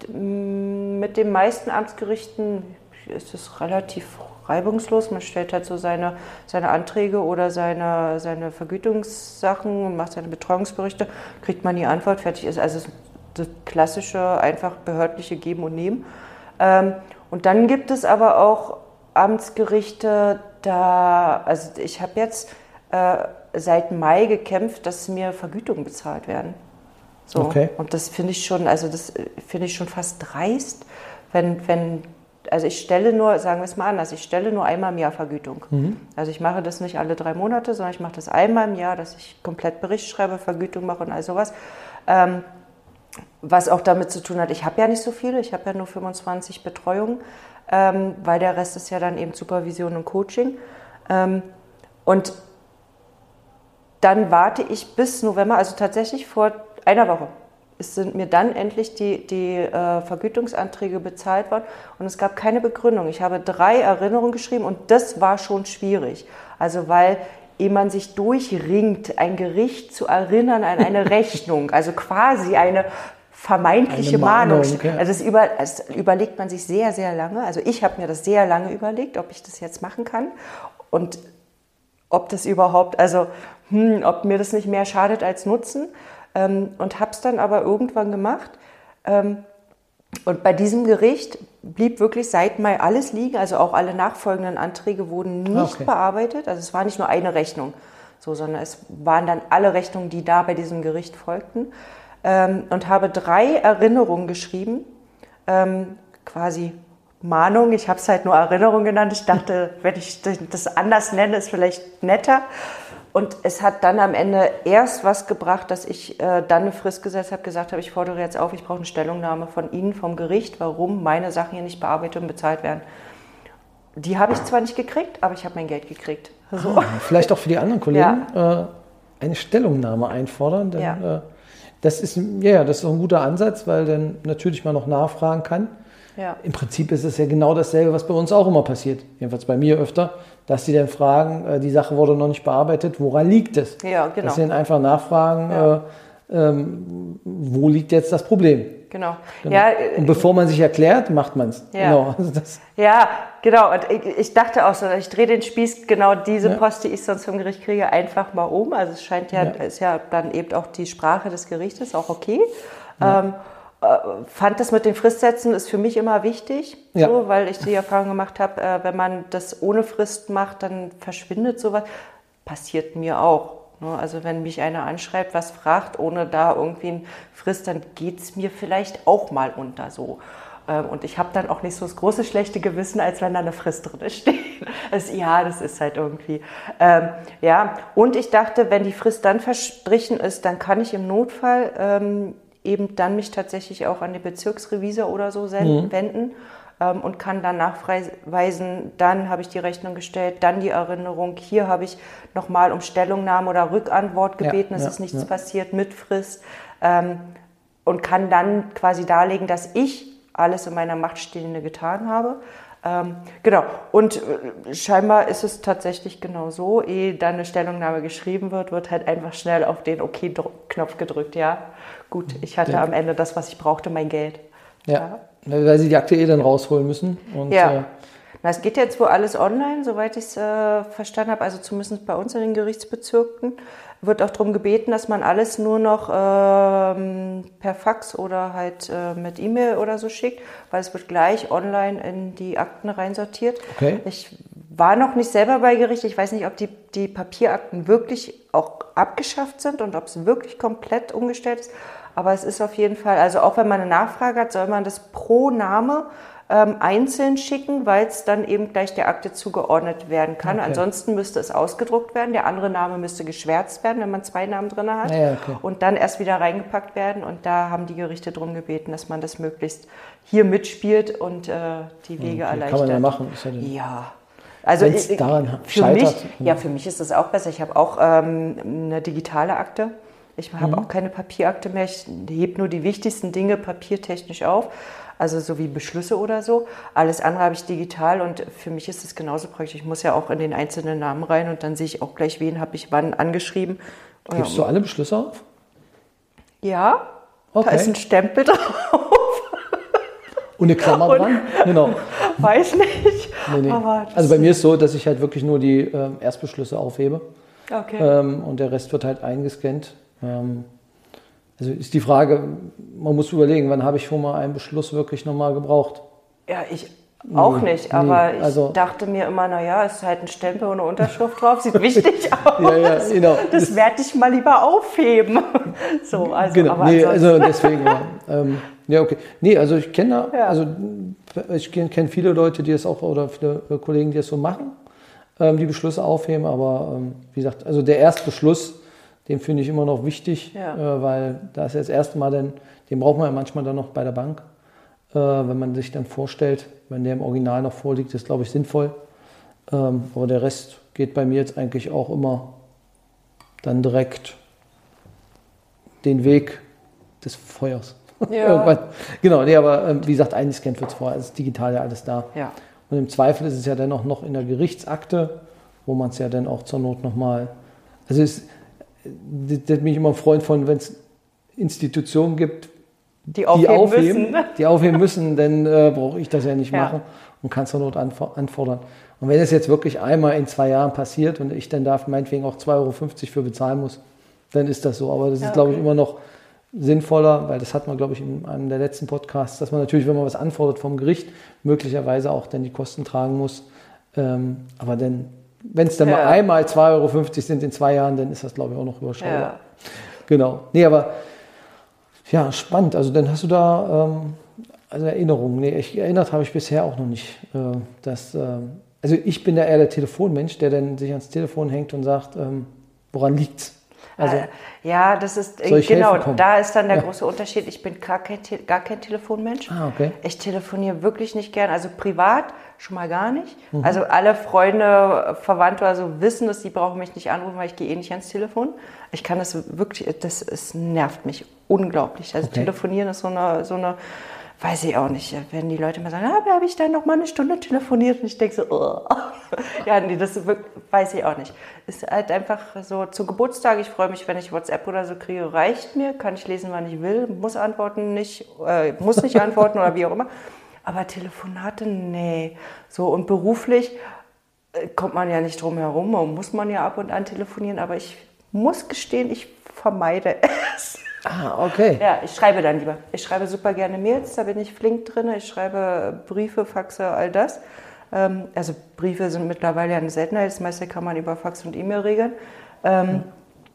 mit den meisten Amtsgerichten ist es relativ reibungslos. Man stellt halt so seine, seine Anträge oder seine, seine Vergütungssachen und macht seine Betreuungsberichte, kriegt man die Antwort, fertig ist. Also das klassische, einfach behördliche Geben und Nehmen. Ähm, und dann gibt es aber auch Amtsgerichte, da, also ich habe jetzt äh, seit Mai gekämpft, dass mir Vergütungen bezahlt werden. So. Okay. Und das finde ich schon, also das finde ich schon fast dreist, wenn, wenn Also ich stelle nur, sagen wir es mal anders, ich stelle nur einmal im Jahr Vergütung. Mhm. Also ich mache das nicht alle drei Monate, sondern ich mache das einmal im Jahr, dass ich komplett Bericht schreibe, Vergütung mache und all sowas. Ähm, was auch damit zu tun hat, ich habe ja nicht so viele, ich habe ja nur fünfundzwanzig Betreuungen, ähm, weil der Rest ist ja dann eben Supervision und Coaching. Ähm, und dann warte ich bis November, also tatsächlich vor einer Woche. Es sind mir dann endlich die, die äh, Vergütungsanträge bezahlt worden und es gab keine Begründung. Ich habe drei Erinnerungen geschrieben und das war schon schwierig. Also weil ehe man sich durchringt, ein Gericht zu erinnern an eine Rechnung, also quasi eine vermeintliche eine Mahnung. Mahnung okay. Also das, über, das überlegt man sich sehr, sehr lange. Also ich habe mir das sehr lange überlegt, ob ich das jetzt machen kann und ob das überhaupt, also hm, ob mir das nicht mehr schadet als nutzen. Ähm, und habe es dann aber irgendwann gemacht. Ähm, und bei diesem Gericht blieb wirklich seit Mai alles liegen, also auch alle nachfolgenden Anträge wurden nicht okay. bearbeitet. Also es war nicht nur eine Rechnung, so, sondern es waren dann alle Rechnungen, die da bei diesem Gericht folgten. Ähm, und habe drei Erinnerungen geschrieben, ähm, quasi Mahnung. Ich habe es halt nur Erinnerung genannt. Ich dachte, wenn ich das anders nenne, ist vielleicht netter. Und es hat dann am Ende erst was gebracht, dass ich äh, dann eine Frist gesetzt habe, gesagt habe, ich fordere jetzt auf, ich brauche eine Stellungnahme von Ihnen, vom Gericht, warum meine Sachen hier nicht bearbeitet und bezahlt werden. Die habe ich zwar nicht gekriegt, aber ich habe mein Geld gekriegt. So. Ah, vielleicht auch für die anderen Kollegen ja. äh, eine Stellungnahme einfordern. Denn, ja. äh, das ist, ja, das ist auch ein guter Ansatz, weil dann natürlich man noch nachfragen kann. Ja. Im Prinzip ist es ja genau dasselbe, was bei uns auch immer passiert. Jedenfalls bei mir öfter, dass sie dann fragen, die Sache wurde noch nicht bearbeitet, woran liegt es? Ja, genau. Dass sie dann einfach nachfragen, ja. äh, ähm, wo liegt jetzt das Problem? Genau. Genau. Ja, und bevor man sich erklärt, macht man es. Ja. Genau. Also das, ja, genau. Und ich, ich dachte auch so, ich drehe den Spieß, genau diese Ja. Post, die ich sonst vom Gericht kriege, einfach mal um. Also es scheint ja, Ja. ist ja dann eben auch die Sprache des Gerichtes auch okay. Ja. Ähm, äh, fand das mit den Fristsätzen ist für mich immer wichtig, Ja. so, weil ich die Erfahrung gemacht habe, äh, wenn man das ohne Frist macht, dann verschwindet sowas. Passiert mir auch. Ne? Also wenn mich einer anschreibt, was fragt, ohne da irgendwie eine Frist, dann geht es mir vielleicht auch mal unter so. Ähm, und ich habe dann auch nicht so das große schlechte Gewissen, als wenn da eine Frist drin steht. Also, ja, das ist halt irgendwie. Ähm, ja, und ich dachte, wenn die Frist dann verstrichen ist, dann kann ich im Notfall ähm, eben dann mich tatsächlich auch an den Bezirksrevisor oder so senden, Mhm. wenden. Ähm, und kann dann nachweisen, dann habe ich die Rechnung gestellt, dann die Erinnerung, hier habe ich nochmal um Stellungnahme oder Rückantwort gebeten, Ja, es ja, ist nichts ja. passiert mit Frist ähm, und kann dann quasi darlegen, dass ich alles in meiner Macht Stehende getan habe. Ähm, genau, und äh, scheinbar ist es tatsächlich genau so, ehe dann eine Stellungnahme geschrieben wird, wird halt einfach schnell auf den OK-Knopf gedrückt, ja, gut, ich hatte Ja. am Ende das, was ich brauchte, mein Geld. ja. Weil sie die Akte eh dann rausholen müssen. Und, Ja. äh, Na, es geht jetzt wohl alles online, soweit ich es äh, verstanden habe, also zumindest bei uns in den Gerichtsbezirken. Wird auch darum gebeten, dass man alles nur noch ähm, per Fax oder halt äh, mit E-Mail oder so schickt, weil es wird gleich online in die Akten reinsortiert. Okay. Ich war noch nicht selber bei Gericht, ich weiß nicht, ob die, die Papierakten wirklich auch abgeschafft sind und ob es wirklich komplett umgestellt ist. Aber es ist auf jeden Fall, also auch wenn man eine Nachfrage hat, soll man das pro Name ähm, einzeln schicken, weil es dann eben gleich der Akte zugeordnet werden kann. Okay. Ansonsten müsste es ausgedruckt werden, der andere Name müsste geschwärzt werden, wenn man zwei Namen drin hat. Ja, okay. Und dann erst wieder reingepackt werden. Und da haben die Gerichte darum gebeten, dass man das möglichst hier mitspielt und äh, die Wege okay. erleichtert. Kann man ja machen. Ist ja den- Ja. Also Wenn's ich- daran für scheitert, mich, genau. ja, für mich ist das auch besser. Ich habe auch ähm, eine digitale Akte. Ich habe Mhm. auch keine Papierakte mehr. Ich hebe nur die wichtigsten Dinge papiertechnisch auf, also so wie Beschlüsse oder so. Alles andere habe ich digital und für mich ist es genauso praktisch. Ich muss ja auch in den einzelnen Namen rein und dann sehe ich auch gleich, wen habe ich wann angeschrieben. Gibst du alle Beschlüsse auf? Ja, Okay. da ist ein Stempel drauf. Und eine Klammer Und- dran? Genau. Weiß nicht. Nee, nee. Aber das- Also bei mir ist so, dass ich halt wirklich nur die äh, Erstbeschlüsse aufhebe. Okay. Ähm, und der Rest wird halt eingescannt. Ähm, also ist die Frage, man muss überlegen, wann habe ich schon mal einen Beschluss wirklich nochmal gebraucht? Ja, ich auch Nee, nicht, nee, aber ich also- dachte mir immer, naja, es ist halt ein Stempel und eine Unterschrift drauf, sieht wichtig aus. Ja, ja, genau. Das werde ich mal lieber aufheben. So, also, Genau, aber nee, ansonsten- also deswegen, ja. Ähm, ja, okay. Nee, also ich kenne da, Ja. also ich kenne viele Leute, die es auch, oder viele Kollegen, die es so machen, ähm, die Beschlüsse aufheben, aber ähm, wie gesagt, also der Erstbeschluss, den finde ich immer noch wichtig, Ja. äh, weil da ist ja das erste Mal, denn, den braucht man ja manchmal dann noch bei der Bank, äh, wenn man sich dann vorstellt, wenn der im Original noch vorliegt, ist glaube ich sinnvoll, ähm, aber der Rest geht bei mir jetzt eigentlich auch immer dann direkt den Weg des Feuers. Ja. Irgendwann. Genau, nee, aber ähm, wie gesagt, eingescannt wird es vorher, es ist digital ja alles da. Ja. Und im Zweifel ist es ja dann auch noch in der Gerichtsakte, wo man es ja dann auch zur Not nochmal, also es, das, das bin ich immer ein Freund von, wenn es Institutionen gibt, Die die aufheben, aufheben, müssen. die aufheben müssen, dann äh, brauche ich das ja nicht Ja. machen und kann es zur Not anfor- anfordern. Und wenn es jetzt wirklich einmal in zwei Jahren passiert und ich dann da meinetwegen auch zwei Euro fünfzig für bezahlen muss, dann ist das so. Aber das Ja, ist, glaube ich, okay. immer noch sinnvoller, weil das hat man, glaube ich, in einem der letzten Podcasts, dass man natürlich, wenn man was anfordert vom Gericht, möglicherweise auch dann die Kosten tragen muss. Ähm, aber dann, wenn es dann Ja. mal einmal zwei Euro fünfzig sind in zwei Jahren, dann ist das, glaube ich, auch noch überschaubar. Ja. Genau. Nee, aber ja, spannend. Also dann hast du da ähm, also Erinnerungen. Nee, ich, erinnert habe ich bisher auch noch nicht. Äh, dass, ähm, also ich bin ja eher der Telefonmensch, der dann sich ans Telefon hängt und sagt, ähm, woran liegt's? Also, Äh, ja, das ist, äh, Soll ich genau, helfen kommen? da ist dann der Ja. große Unterschied. Ich bin gar kein, Te- gar kein Telefonmensch. ah, okay. Ich telefoniere wirklich nicht gern, also privat schon mal gar nicht. Mhm. Also alle Freunde, Verwandte also wissen das, die brauchen mich nicht anrufen, weil ich gehe eh nicht ans Telefon. Ich kann das wirklich, das es nervt mich unglaublich. Also Okay. telefonieren ist so eine, so eine weiß ich auch nicht, wenn die Leute mal sagen, ah, habe ich dann noch mal eine Stunde telefoniert und ich denke so, oh. Ja, nee, das ist wirklich, weiß ich auch nicht. Ist halt einfach so zu Geburtstag, ich freue mich, wenn ich WhatsApp oder so kriege, reicht mir, kann ich lesen, wann ich will, muss antworten, nicht, äh, muss nicht antworten oder wie auch immer. Aber Telefonate, nee. So, und beruflich äh, kommt man ja nicht drum herum, muss man ja ab und an telefonieren, aber ich muss gestehen, ich vermeide es. Ah, okay. Ja, ich schreibe dann lieber. Ich schreibe super gerne Mails, da bin ich flink drin. Ich schreibe Briefe, Faxe, all das. Ähm, also Briefe sind mittlerweile eine Seltenheit, das meiste kann man über Fax und E-Mail regeln. Ähm, mhm.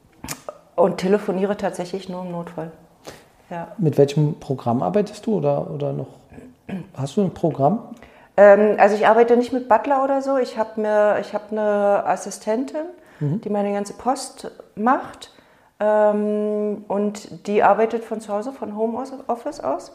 Und telefoniere tatsächlich nur im Notfall. Ja. Mit welchem Programm arbeitest du oder, oder noch? Hast du ein Programm? Ähm, also ich arbeite nicht mit Butler oder so. Ich habe mir, ich habe eine Assistentin, mhm. die meine ganze Post macht. Ähm, und die arbeitet von zu Hause, von Homeoffice aus.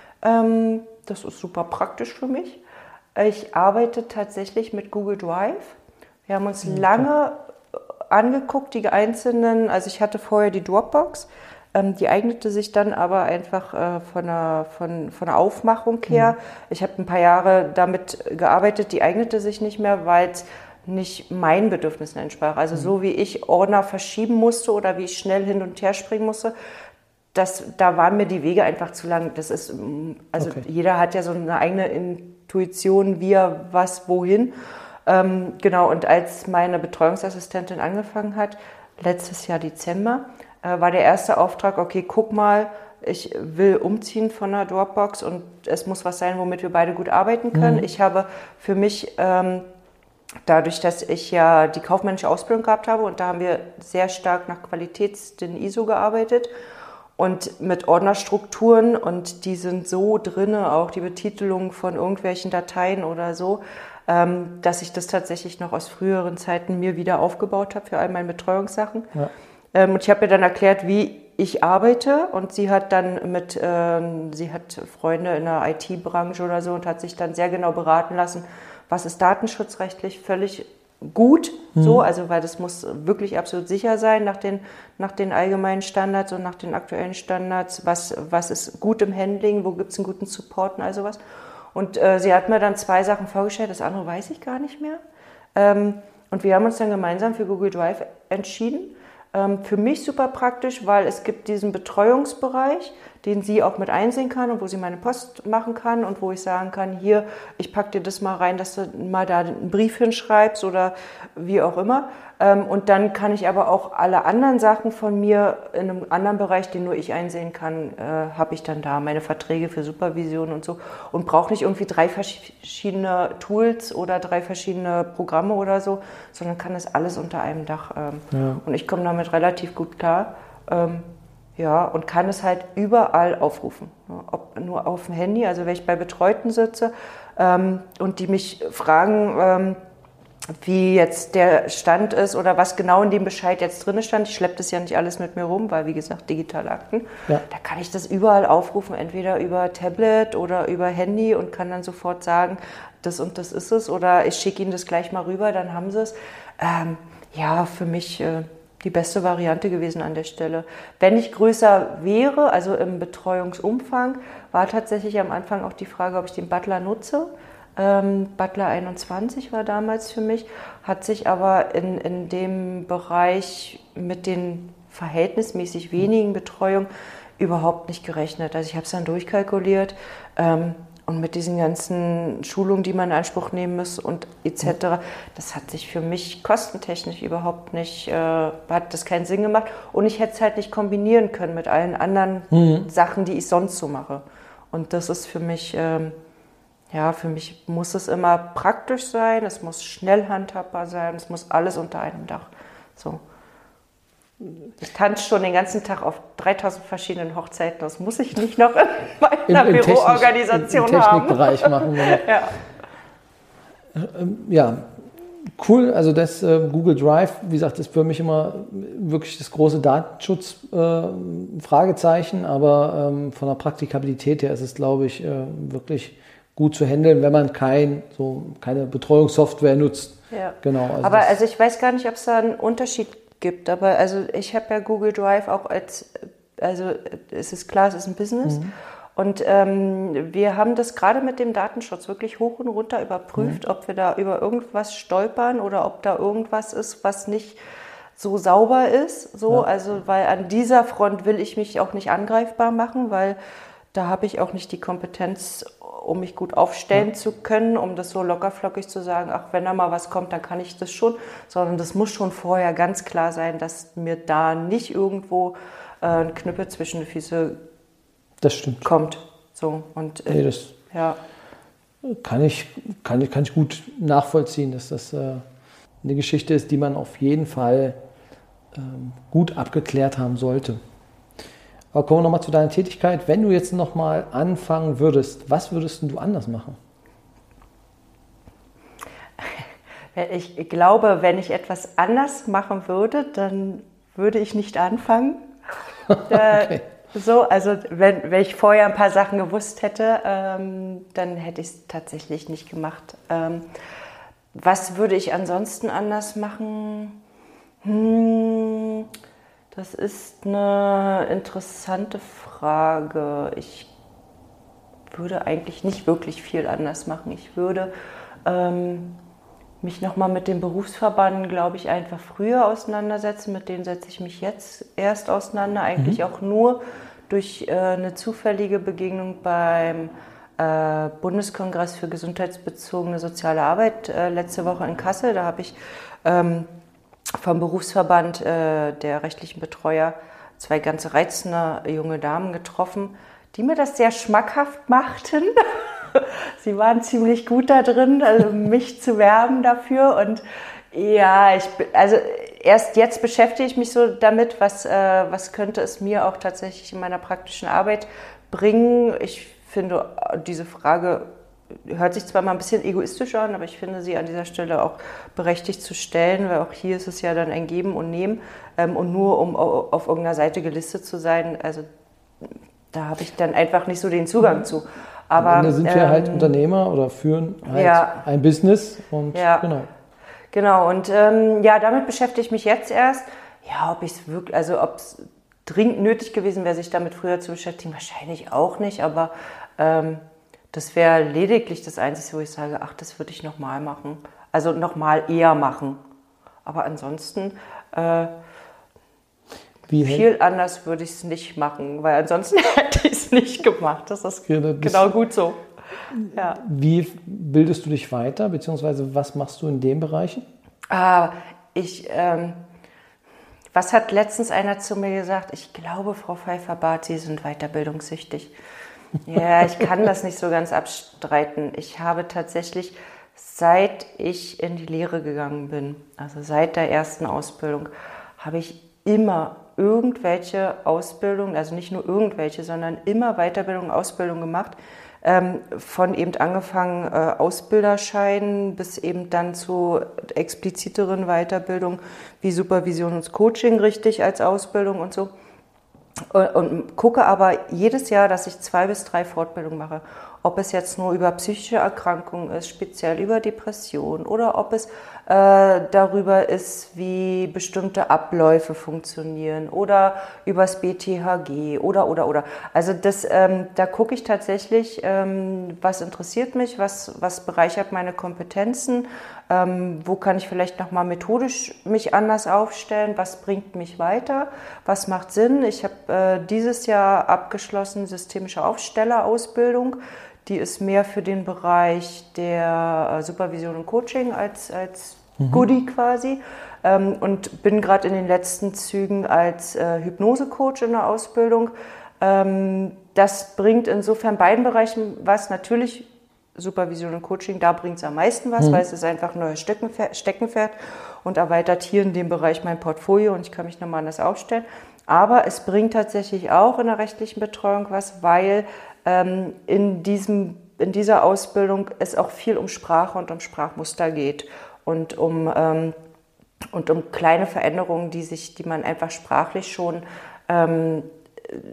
Ähm, das ist super praktisch für mich. Ich arbeite tatsächlich mit Google Drive. Wir haben uns okay. lange angeguckt, die einzelnen, also ich hatte vorher die Dropbox, ähm, die eignete sich dann aber einfach äh, von, der, von, von der Aufmachung her. Mhm. Ich habe ein paar Jahre damit gearbeitet, die eignete sich nicht mehr, weil es nicht meinen Bedürfnissen entsprach. Also mhm. so wie ich Ordner verschieben musste oder wie ich schnell hin und her springen musste, das, da waren mir die Wege einfach zu lang. Das ist, also okay. jeder hat ja so eine eigene Intuition, wie er was, wohin. Ähm, genau, und als meine Betreuungsassistentin angefangen hat, letztes Jahr Dezember, äh, war der erste Auftrag, okay, guck mal, ich will umziehen von der Dropbox und es muss was sein, womit wir beide gut arbeiten können. Mhm. Ich habe für mich, ähm, dadurch, dass ich ja die kaufmännische Ausbildung gehabt habe und da haben wir sehr stark nach Qualitäts-, den I S O gearbeitet und mit Ordnerstrukturen und die sind so drinne, auch die Betitelung von irgendwelchen Dateien oder so, ähm, dass ich das tatsächlich noch aus früheren Zeiten mir wieder aufgebaut habe für all meine Betreuungssachen. Ja. Ähm, und ich habe ihr dann erklärt, wie ich arbeite und sie hat dann mit, ähm, sie hat Freunde in der I T-Branche oder so und hat sich dann sehr genau beraten lassen, was ist datenschutzrechtlich völlig gut, mhm. so, also weil das muss wirklich absolut sicher sein nach den, nach den allgemeinen Standards und nach den aktuellen Standards, was, was ist gut im Handling, wo gibt es einen guten Support und all sowas. Und äh, sie hat mir dann zwei Sachen vorgestellt, das andere weiß ich gar nicht mehr. Ähm, und wir haben uns dann gemeinsam für Google Drive entschieden. Ähm, für mich super praktisch, weil es gibt diesen Betreuungsbereich, den sie auch mit einsehen kann und wo sie meine Post machen kann und wo ich sagen kann, hier, ich packe dir das mal rein, dass du mal da einen Brief hinschreibst oder wie auch immer. Und dann kann ich aber auch alle anderen Sachen von mir in einem anderen Bereich, den nur ich einsehen kann, habe ich dann da meine Verträge für Supervision und so und brauche nicht irgendwie drei verschiedene Tools oder drei verschiedene Programme oder so, sondern kann das alles unter einem Dach. Ja. Und ich komme damit relativ gut klar. Ja, und kann es halt überall aufrufen. Ob nur auf dem Handy, also wenn ich bei Betreuten sitze ähm, und die mich fragen, ähm, wie jetzt der Stand ist oder was genau in dem Bescheid jetzt drin stand. Ich schleppe das ja nicht alles mit mir rum, weil wie gesagt, digitale Akten. Ja. Da kann ich das überall aufrufen, entweder über Tablet oder über Handy und kann dann sofort sagen, das und das ist es oder ich schicke Ihnen das gleich mal rüber, dann haben Sie es. Ähm, ja, für mich äh, die beste Variante gewesen an der Stelle. Wenn ich größer wäre, also im Betreuungsumfang, war tatsächlich am Anfang auch die Frage, ob ich den Butler nutze. Ähm, Butler einundzwanzig war damals für mich, hat sich aber in, in dem Bereich mit den verhältnismäßig wenigen Betreuungen überhaupt nicht gerechnet. Also ich habe es dann durchkalkuliert ähm, und mit diesen ganzen Schulungen, die man in Anspruch nehmen muss und et cetera, das hat sich für mich kostentechnisch überhaupt nicht, äh, hat das keinen Sinn gemacht und ich hätte es halt nicht kombinieren können mit allen anderen mhm. Sachen, die ich sonst so mache. Und das ist für mich... Ähm, Ja, für mich muss es immer praktisch sein, es muss schnell handhabbar sein, es muss alles unter einem Dach. So. Ich tanze schon den ganzen Tag auf dreitausend verschiedenen Hochzeiten, das muss ich nicht noch in meiner Im, im Büroorganisation Technik, im, im Technikbereich haben. machen. Ja. Ja, cool. Also das äh, Google Drive, wie gesagt, ist für mich immer wirklich das große Datenschutz-Fragezeichen, äh, aber ähm, von der Praktikabilität her ist es, glaube ich, äh, wirklich gut zu handeln, wenn man kein, so, keine Betreuungssoftware nutzt. Ja. Genau, also aber also ich weiß gar nicht, ob es da einen Unterschied gibt, aber also ich habe ja Google Drive auch als, also es ist klar, es ist ein Business mhm. Und ähm, wir haben das gerade mit dem Datenschutz wirklich hoch und runter überprüft, mhm. ob wir da über irgendwas stolpern oder ob da irgendwas ist, was nicht so sauber ist. So, ja. Also, weil an dieser Front will ich mich auch nicht angreifbar machen, weil da habe ich auch nicht die Kompetenz, um mich gut aufstellen ja. zu können, um das so lockerflockig zu sagen, ach, wenn da mal was kommt, dann kann ich das schon. Sondern das muss schon vorher ganz klar sein, dass mir da nicht irgendwo äh, ein Knüppel zwischen die Füße das stimmt. kommt. So, und, äh, nee, das ja. kann, ich, kann, ich, kann ich gut nachvollziehen, dass das äh, eine Geschichte ist, die man auf jeden Fall ähm, gut abgeklärt haben sollte. Aber kommen wir nochmal zu deiner Tätigkeit. Wenn du jetzt nochmal anfangen würdest, was würdest du anders machen? Ich glaube, wenn ich etwas anders machen würde, dann würde ich nicht anfangen. Okay. So, also wenn, wenn ich vorher ein paar Sachen gewusst hätte, ähm, dann hätte ich es tatsächlich nicht gemacht. Ähm, was würde ich ansonsten anders machen? Hm, das ist eine interessante Frage. Ich würde eigentlich nicht wirklich viel anders machen. Ich würde ähm, mich nochmal mit dem Berufsverband, glaube ich, einfach früher auseinandersetzen. Mit denen setze ich mich jetzt erst auseinander, eigentlich mhm. auch nur durch äh, eine zufällige Begegnung beim äh, Bundeskongress für gesundheitsbezogene soziale Arbeit äh, letzte Woche in Kassel. Da habe ich ähm, vom Berufsverband äh, der rechtlichen Betreuer zwei ganz reizende junge Damen getroffen, die mir das sehr schmackhaft machten. Sie waren ziemlich gut da drin, also mich zu werben dafür. Und ja, ich, also erst jetzt beschäftige ich mich so damit, was, äh, was könnte es mir auch tatsächlich in meiner praktischen Arbeit bringen. Ich finde, diese Frage hört sich zwar mal ein bisschen egoistisch an, aber ich finde sie an dieser Stelle auch berechtigt zu stellen, weil auch hier ist es ja dann ein Geben und Nehmen. Ähm, und nur um auf irgendeiner Seite gelistet zu sein, also da habe ich dann einfach nicht so den Zugang zu. Aber am Ende sind wir ähm, halt Unternehmer oder führen halt ja, ein Business und ja, genau. Genau, und ähm, ja, damit beschäftige ich mich jetzt erst. Ja, ob ich es wirklich, also ob es dringend nötig gewesen wäre, sich damit früher zu beschäftigen, wahrscheinlich auch nicht, aber ähm, das wäre lediglich das Einzige, wo ich sage, ach, das würde ich nochmal machen. Also nochmal eher machen. Aber ansonsten äh, Wie viel hält? anders würde ich es nicht machen, weil ansonsten hätte ich es nicht gemacht. Das ist ja, das genau gut so. Ja. Wie bildest du dich weiter, beziehungsweise was machst du in den Bereichen? Ah, ich, ähm, was hat letztens einer zu mir gesagt? Ich glaube, Frau Pfeiffer-Barth, Sie sind weiterbildungssüchtig. Ja, ich kann das nicht so ganz abstreiten. Ich habe tatsächlich, seit ich in die Lehre gegangen bin, also seit der ersten Ausbildung, habe ich immer irgendwelche Ausbildungen, also nicht nur irgendwelche, sondern immer Weiterbildung, Ausbildung gemacht, ähm, von eben angefangen äh, Ausbilderschein bis eben dann zu expliziteren Weiterbildung wie Supervision und Coaching richtig als Ausbildung und so. Und, und gucke aber jedes Jahr, dass ich zwei bis drei Fortbildungen mache. Ob es jetzt nur über psychische Erkrankungen ist, speziell über Depressionen, oder ob es äh, darüber ist, wie bestimmte Abläufe funktionieren, oder übers B T H G oder, oder, oder. Also das, ähm, da gucke ich tatsächlich, ähm, was interessiert mich, was, was bereichert meine Kompetenzen, ähm, wo kann ich vielleicht nochmal methodisch mich anders aufstellen, was bringt mich weiter, was macht Sinn. Ich habe äh, dieses Jahr abgeschlossen systemische Aufstellerausbildung. Die ist mehr für den Bereich der Supervision und Coaching als, als mhm. Goodie quasi. Ähm, und bin gerade in den letzten Zügen als äh, Hypnose-Coach in der Ausbildung. Ähm, das bringt insofern beiden Bereichen was. Natürlich Supervision und Coaching, da bringt es am meisten was, mhm. weil es ist einfach ein neues Steckenpferd, Steckenpferd und erweitert hier in dem Bereich mein Portfolio und ich kann mich nochmal anders aufstellen. Aber es bringt tatsächlich auch in der rechtlichen Betreuung was, weil ähm, in, diesem, in dieser Ausbildung es auch viel um Sprache und um Sprachmuster geht und um, ähm, und um kleine Veränderungen, die, sich, die man einfach sprachlich schon ähm,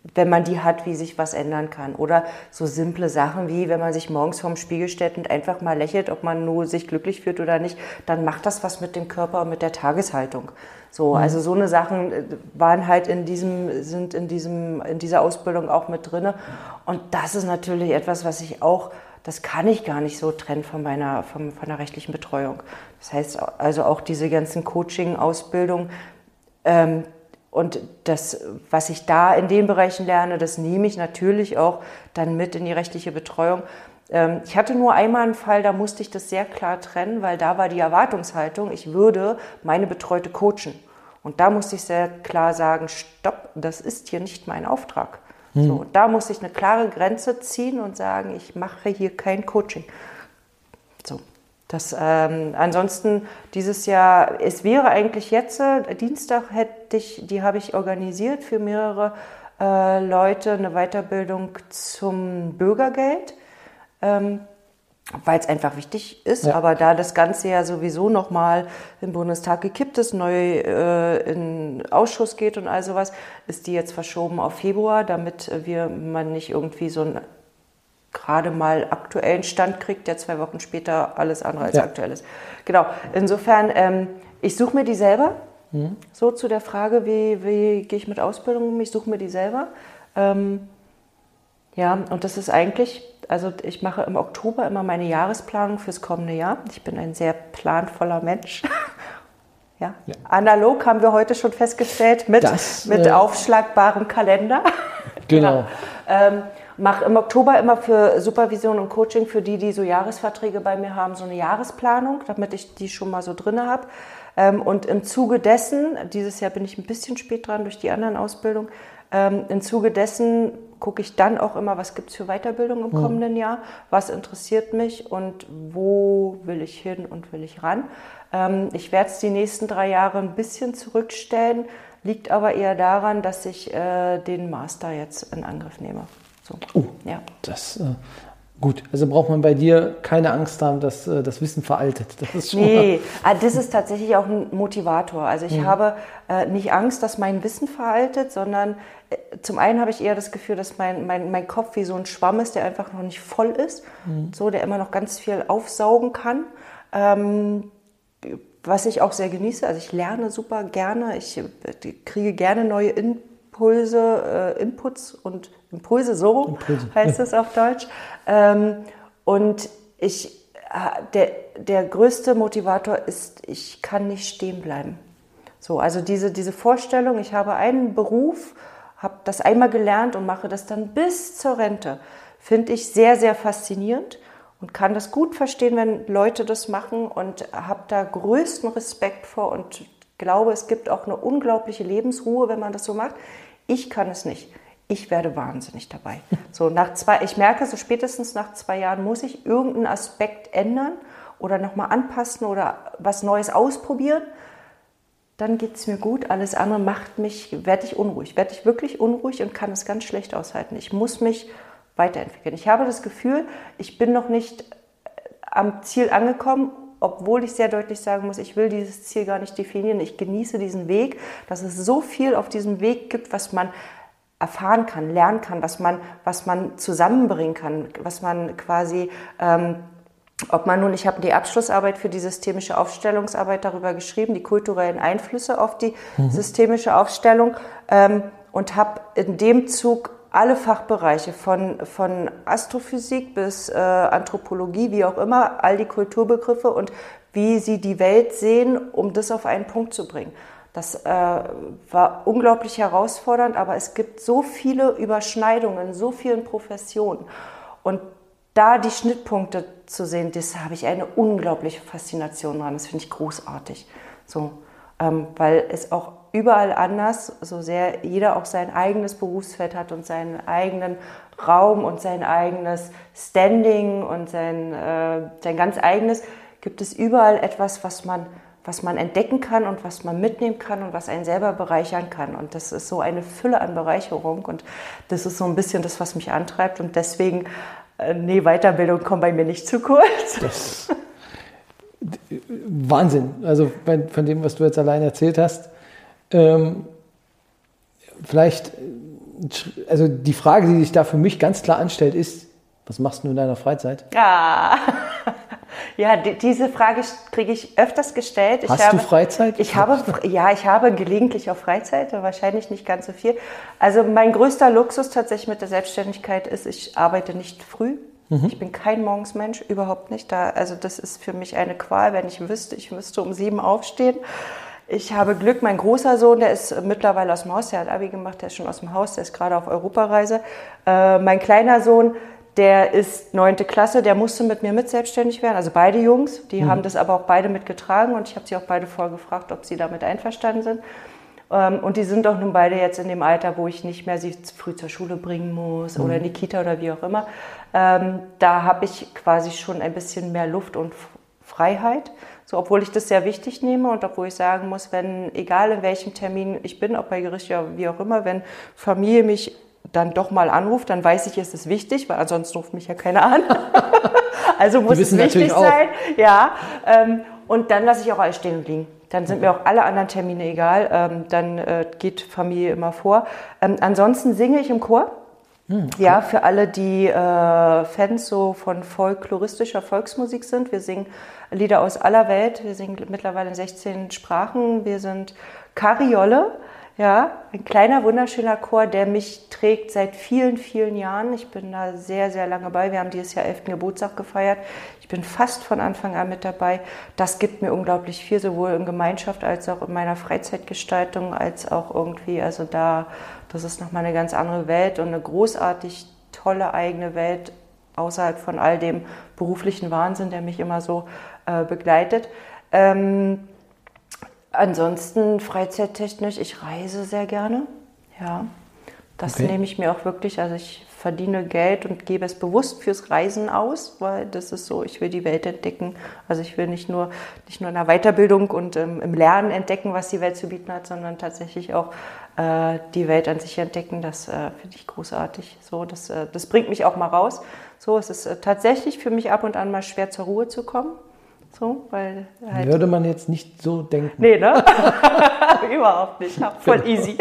wenn man die hat, wie sich was ändern kann. Oder so simple Sachen wie, wenn man sich morgens vorm Spiegel stellt und einfach mal lächelt, ob man nur sich glücklich fühlt oder nicht, dann macht das was mit dem Körper und mit der Tageshaltung. So, mhm. Also so eine Sachen waren halt in diesem, sind in diesem, in dieser Ausbildung auch mit drinne. Und das ist natürlich etwas, was ich auch, das kann ich gar nicht so trennen von meiner, von, von der rechtlichen Betreuung. Das heißt, also auch diese ganzen Coaching-Ausbildungen, ähm, und das, was ich da in den Bereichen lerne, das nehme ich natürlich auch dann mit in die rechtliche Betreuung. Ähm, ich hatte nur einmal einen Fall, da musste ich das sehr klar trennen, weil da war die Erwartungshaltung, ich würde meine Betreute coachen. Und da musste ich sehr klar sagen, stopp, das ist hier nicht mein Auftrag. Hm. So, da musste ich eine klare Grenze ziehen und sagen, ich mache hier kein Coaching. So. Das, ähm, ansonsten dieses Jahr, es wäre eigentlich jetzt, äh, Dienstag hätte ich, die habe ich organisiert für mehrere äh, Leute, eine Weiterbildung zum Bürgergeld, ähm, weil es einfach wichtig ist. Ja. Aber da das Ganze ja sowieso nochmal im Bundestag gekippt ist, neu äh, in Ausschuss geht und all sowas, ist die jetzt verschoben auf Februar, damit wir man nicht irgendwie so ein gerade mal aktuellen Stand kriegt, der zwei Wochen später alles andere als ja. aktuell ist. Genau, insofern, ähm, ich suche mir die selber, mhm. so zu der Frage, wie, wie gehe ich mit Ausbildung um, ich suche mir die selber. Ähm, ja, und das ist eigentlich, also ich mache im Oktober immer meine Jahresplanung fürs kommende Jahr. Ich bin ein sehr planvoller Mensch. ja. ja. Analog haben wir heute schon festgestellt, mit, das, mit äh, aufschlagbarem Kalender. Genau. ja. ähm, Mache im Oktober immer für Supervision und Coaching, für die, die so Jahresverträge bei mir haben, so eine Jahresplanung, damit ich die schon mal so drin habe. Und im Zuge dessen, dieses Jahr bin ich ein bisschen spät dran durch die anderen Ausbildungen, im Zuge dessen gucke ich dann auch immer, was gibt es für Weiterbildung im kommenden mhm. Jahr, was interessiert mich und wo will ich hin und will ich ran. Ich werde es die nächsten drei Jahre ein bisschen zurückstellen, liegt aber eher daran, dass ich den Master jetzt in Angriff nehme. So. Oh, ja. Das, äh, gut, also braucht man bei dir keine Angst haben, dass äh, das Wissen veraltet. Das ist schon nee, mal das ist tatsächlich auch ein Motivator. Also ich mhm. habe äh, nicht Angst, dass mein Wissen veraltet, sondern äh, zum einen habe ich eher das Gefühl, dass mein, mein, mein Kopf wie so ein Schwamm ist, der einfach noch nicht voll ist, mhm. so, der immer noch ganz viel aufsaugen kann. Ähm, was ich auch sehr genieße, also ich lerne super gerne, ich äh, kriege gerne neue Inputs. Impulse, äh, Inputs und Impulse, so Impulse. heißt es auf Deutsch. Ähm, und ich, der, der größte Motivator ist, ich kann nicht stehen bleiben. So, also diese, diese Vorstellung, ich habe einen Beruf, habe das einmal gelernt und mache das dann bis zur Rente, finde ich sehr, sehr faszinierend und kann das gut verstehen, wenn Leute das machen und habe da größten Respekt vor und glaube, es gibt auch eine unglaubliche Lebensruhe, wenn man das so macht. Ich kann es nicht. Ich werde wahnsinnig dabei. So nach zwei, ich merke, so spätestens nach zwei Jahren muss ich irgendeinen Aspekt ändern oder nochmal anpassen oder was Neues ausprobieren. Dann geht es mir gut. Alles andere macht mich, werde ich unruhig. Werde ich wirklich unruhig und kann es ganz schlecht aushalten. Ich muss mich weiterentwickeln. Ich habe das Gefühl, ich bin noch nicht am Ziel angekommen, obwohl ich sehr deutlich sagen muss, ich will dieses Ziel gar nicht definieren. Ich genieße diesen Weg, dass es so viel auf diesem Weg gibt, was man erfahren kann, lernen kann, was man, was man zusammenbringen kann, was man quasi, ähm, ob man nun, ich habe die Abschlussarbeit für die systemische Aufstellungsarbeit darüber geschrieben, die kulturellen Einflüsse auf die mhm. systemische Aufstellung ähm, und habe in dem Zug alle Fachbereiche von, von Astrophysik bis äh, Anthropologie, wie auch immer, all die Kulturbegriffe und wie sie die Welt sehen, um das auf einen Punkt zu bringen. Das äh, war unglaublich herausfordernd, aber es gibt so viele Überschneidungen, so vielen Professionen. Und da die Schnittpunkte zu sehen, das habe ich eine unglaubliche Faszination dran. Das finde ich großartig. So, ähm, weil es auch überall anders, so sehr jeder auch sein eigenes Berufsfeld hat und seinen eigenen Raum und sein eigenes Standing und sein, äh, sein ganz eigenes, gibt es überall etwas, was man, was man entdecken kann und was man mitnehmen kann und was einen selber bereichern kann. Und das ist so eine Fülle an Bereicherung und das ist so ein bisschen das, was mich antreibt und deswegen, äh, nee, Weiterbildung kommt bei mir nicht zu kurz. Das, Wahnsinn, also von dem, was du jetzt allein erzählt hast. Ähm, vielleicht also die Frage, die sich da für mich ganz klar anstellt, ist, was machst du in deiner Freizeit? Ja, ja die, diese Frage kriege ich öfters gestellt. Ich Hast habe, du Freizeit? Ich habe, ja, ich habe gelegentlich auch Freizeit, wahrscheinlich nicht ganz so viel. Also mein größter Luxus tatsächlich mit der Selbstständigkeit ist, ich arbeite nicht früh. Mhm. Ich bin kein Morgensmensch, überhaupt nicht. Da, also das ist für mich eine Qual, wenn ich wüsste, ich müsste um sieben aufstehen. Ich habe Glück, mein großer Sohn, der ist mittlerweile aus dem Haus, der hat Abi gemacht, der ist schon aus dem Haus, der ist gerade auf Europareise. Äh, mein kleiner Sohn, der ist neunte Klasse, der musste mit mir mit selbstständig werden, also beide Jungs, die mhm. haben das aber auch beide mitgetragen und ich habe sie auch beide vorgefragt, ob sie damit einverstanden sind. Ähm, und die sind auch nun beide jetzt in dem Alter, wo ich nicht mehr sie früh zur Schule bringen muss mhm. oder in die Kita oder wie auch immer. Ähm, da habe ich quasi schon ein bisschen mehr Luft und Freiheit. So, obwohl ich das sehr wichtig nehme und obwohl ich sagen muss, wenn, egal in welchem Termin ich bin, ob bei Gericht oder wie auch immer, wenn Familie mich dann doch mal anruft, dann weiß ich, es ist wichtig, weil ansonsten ruft mich ja keiner an. Also muss es wichtig sein. Ja, ähm, und dann lasse ich auch alles stehen und liegen. Dann sind mir auch alle anderen Termine egal. Ähm, dann äh, geht Familie immer vor. Ähm, ansonsten singe ich im Chor. Hm, okay. Ja, für alle, die äh, Fans so von folkloristischer Volksmusik sind. Wir singen Lieder aus aller Welt. Wir singen mittlerweile in sechzehn Sprachen. Wir sind Kariolle, ja, ein kleiner, wunderschöner Chor, der mich trägt seit vielen, vielen Jahren. Ich bin da sehr, sehr lange bei. Wir haben dieses Jahr elften Geburtstag gefeiert. Ich bin fast von Anfang an mit dabei. Das gibt mir unglaublich viel, sowohl in Gemeinschaft als auch in meiner Freizeitgestaltung, als auch irgendwie, also da, das ist nochmal eine ganz andere Welt und eine großartig tolle eigene Welt, außerhalb von all dem beruflichen Wahnsinn, der mich immer so äh, begleitet. Ähm, ansonsten freizeittechnisch, ich reise sehr gerne. Ja, das okay. nehme ich mir auch wirklich, also ich verdiene Geld und gebe es bewusst fürs Reisen aus, weil das ist so, ich will die Welt entdecken. Also ich will nicht nur, nicht nur in der Weiterbildung und ähm, im Lernen entdecken, was die Welt zu bieten hat, sondern tatsächlich auch äh, die Welt an sich entdecken. Das äh, finde ich großartig. So, das, äh, das bringt mich auch mal raus. So, es ist äh, tatsächlich für mich ab und an mal schwer zur Ruhe zu kommen. So, weil halt würde man jetzt nicht so denken. Nee, ne? Überhaupt nicht. Voll easy.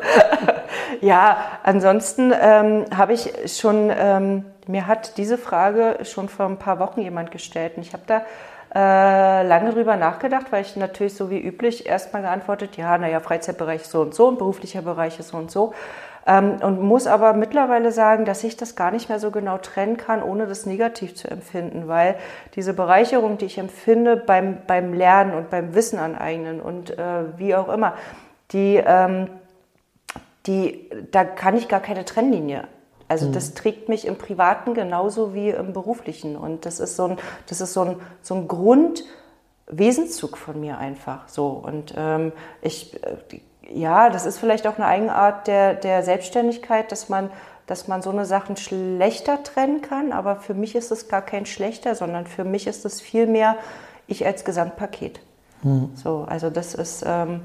Ja, ansonsten ähm, habe ich schon, ähm, mir hat diese Frage schon vor ein paar Wochen jemand gestellt. Und ich habe da äh, lange drüber nachgedacht, weil ich natürlich so wie üblich erstmal geantwortet, ja, naja, Freizeitbereich ist so und so und beruflicher Bereich ist so und so. Ähm, und muss aber mittlerweile sagen, dass ich das gar nicht mehr so genau trennen kann, ohne das negativ zu empfinden, weil diese Bereicherung, die ich empfinde beim, beim Lernen und beim Wissen aneignen und äh, wie auch immer, die, ähm, die, da kann ich gar keine Trennlinie. Also mhm. das trägt mich im Privaten genauso wie im Beruflichen und das ist so ein, das ist so ein, so ein Grundwesenszug von mir einfach so und ähm, ich ja, das ist vielleicht auch eine Eigenart der, der Selbstständigkeit, dass man, dass man so eine Sachen schlechter trennen kann. Aber für mich ist es gar kein schlechter, sondern für mich ist es vielmehr ich als Gesamtpaket. Mhm. So, also das ist, ähm,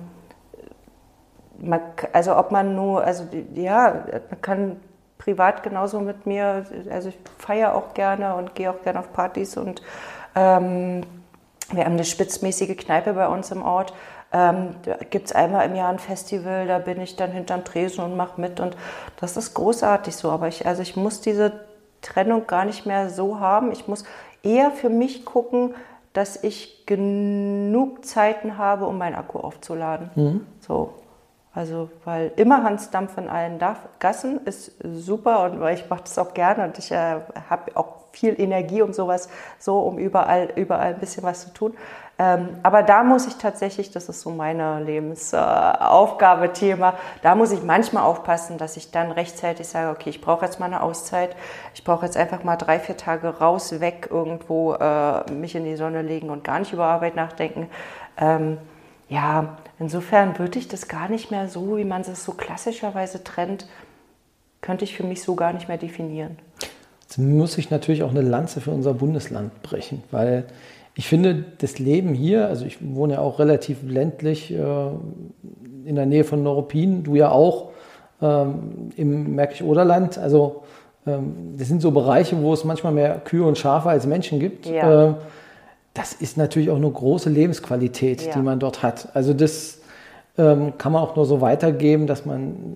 man, also ob man nur, also ja, man kann privat genauso mit mir, also ich feiere auch gerne und gehe auch gerne auf Partys und ähm, wir haben eine spitzmäßige Kneipe bei uns im Ort. Ähm, da gibt es einmal im Jahr ein Festival, da bin ich dann hinterm Tresen und mache mit und das ist großartig so. Aber ich, also ich muss diese Trennung gar nicht mehr so haben. Ich muss eher für mich gucken, dass ich genug Zeiten habe, um meinen Akku aufzuladen. Mhm. So. Also, weil immer Hansdampf in allen Gassen ist super und weil ich mache das auch gerne und ich äh, habe auch viel Energie und sowas, so um überall, überall ein bisschen was zu tun. Ähm, aber da muss ich tatsächlich, das ist so meine Lebensaufgabe, äh, Thema, da muss ich manchmal aufpassen, dass ich dann rechtzeitig sage, okay, ich brauche jetzt mal eine Auszeit, ich brauche jetzt einfach mal drei, vier Tage raus, weg, irgendwo äh, mich in die Sonne legen und gar nicht über Arbeit nachdenken. Ähm, ja, insofern würde ich das gar nicht mehr so, wie man es so klassischerweise trennt, könnte ich für mich so gar nicht mehr definieren. Jetzt muss ich natürlich auch eine Lanze für unser Bundesland brechen, weil ich finde, das Leben hier, also ich wohne ja auch relativ ländlich äh, in der Nähe von Neuruppin, du ja auch ähm, im Märkisch-Oderland, also ähm, das sind so Bereiche, wo es manchmal mehr Kühe und Schafe als Menschen gibt. Ja. Äh, das ist natürlich auch eine große Lebensqualität, ja. die man dort hat. Also das ähm, kann man auch nur so weitergeben, dass man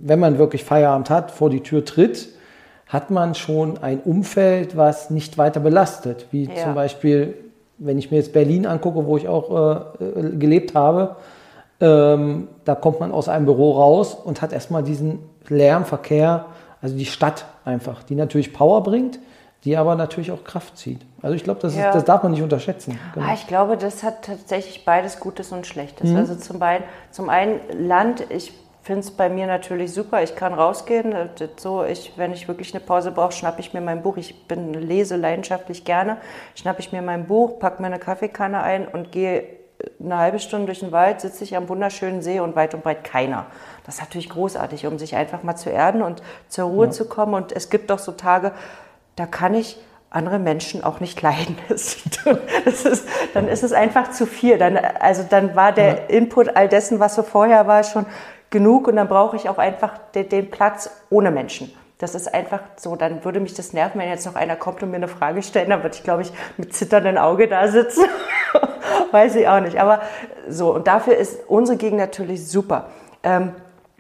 wenn man wirklich Feierabend hat, vor die Tür tritt, hat man schon ein Umfeld, was nicht weiter belastet. Wie ja. zum Beispiel, wenn ich mir jetzt Berlin angucke, wo ich auch äh, gelebt habe, ähm, da kommt man aus einem Büro raus und hat erstmal diesen Lärm, Verkehr, also die Stadt einfach, die natürlich Power bringt, die aber natürlich auch Kraft zieht. Also ich glaube, das, ja. das darf man nicht unterschätzen. Genau. Ah, ich glaube, das hat tatsächlich beides Gutes und Schlechtes. Mhm. Also zum, Bein, zum einen Land, ich finde es bei mir natürlich super, ich kann rausgehen. So, ich, wenn ich wirklich eine Pause brauche, schnappe ich mir mein Buch. Ich bin, lese leidenschaftlich gerne. Schnappe ich mir mein Buch, packe mir eine Kaffeekanne ein und gehe eine halbe Stunde durch den Wald, sitze ich am wunderschönen See und weit und breit keiner. Das ist natürlich großartig, um sich einfach mal zu erden und zur Ruhe ja. zu kommen. Und es gibt auch so Tage, da kann ich andere Menschen auch nicht leiden. Das ist, dann ist es einfach zu viel. Dann, also dann war der ja. Input all dessen, was so vorher war, schon genug und dann brauche ich auch einfach den, den Platz ohne Menschen. Das ist einfach so, dann würde mich das nerven, wenn jetzt noch einer kommt und mir eine Frage stellt, dann würde ich, glaube ich, mit zitterndem Auge da sitzen. Weiß ich auch nicht. Aber so, und dafür ist unsere Gegend natürlich super. Ähm,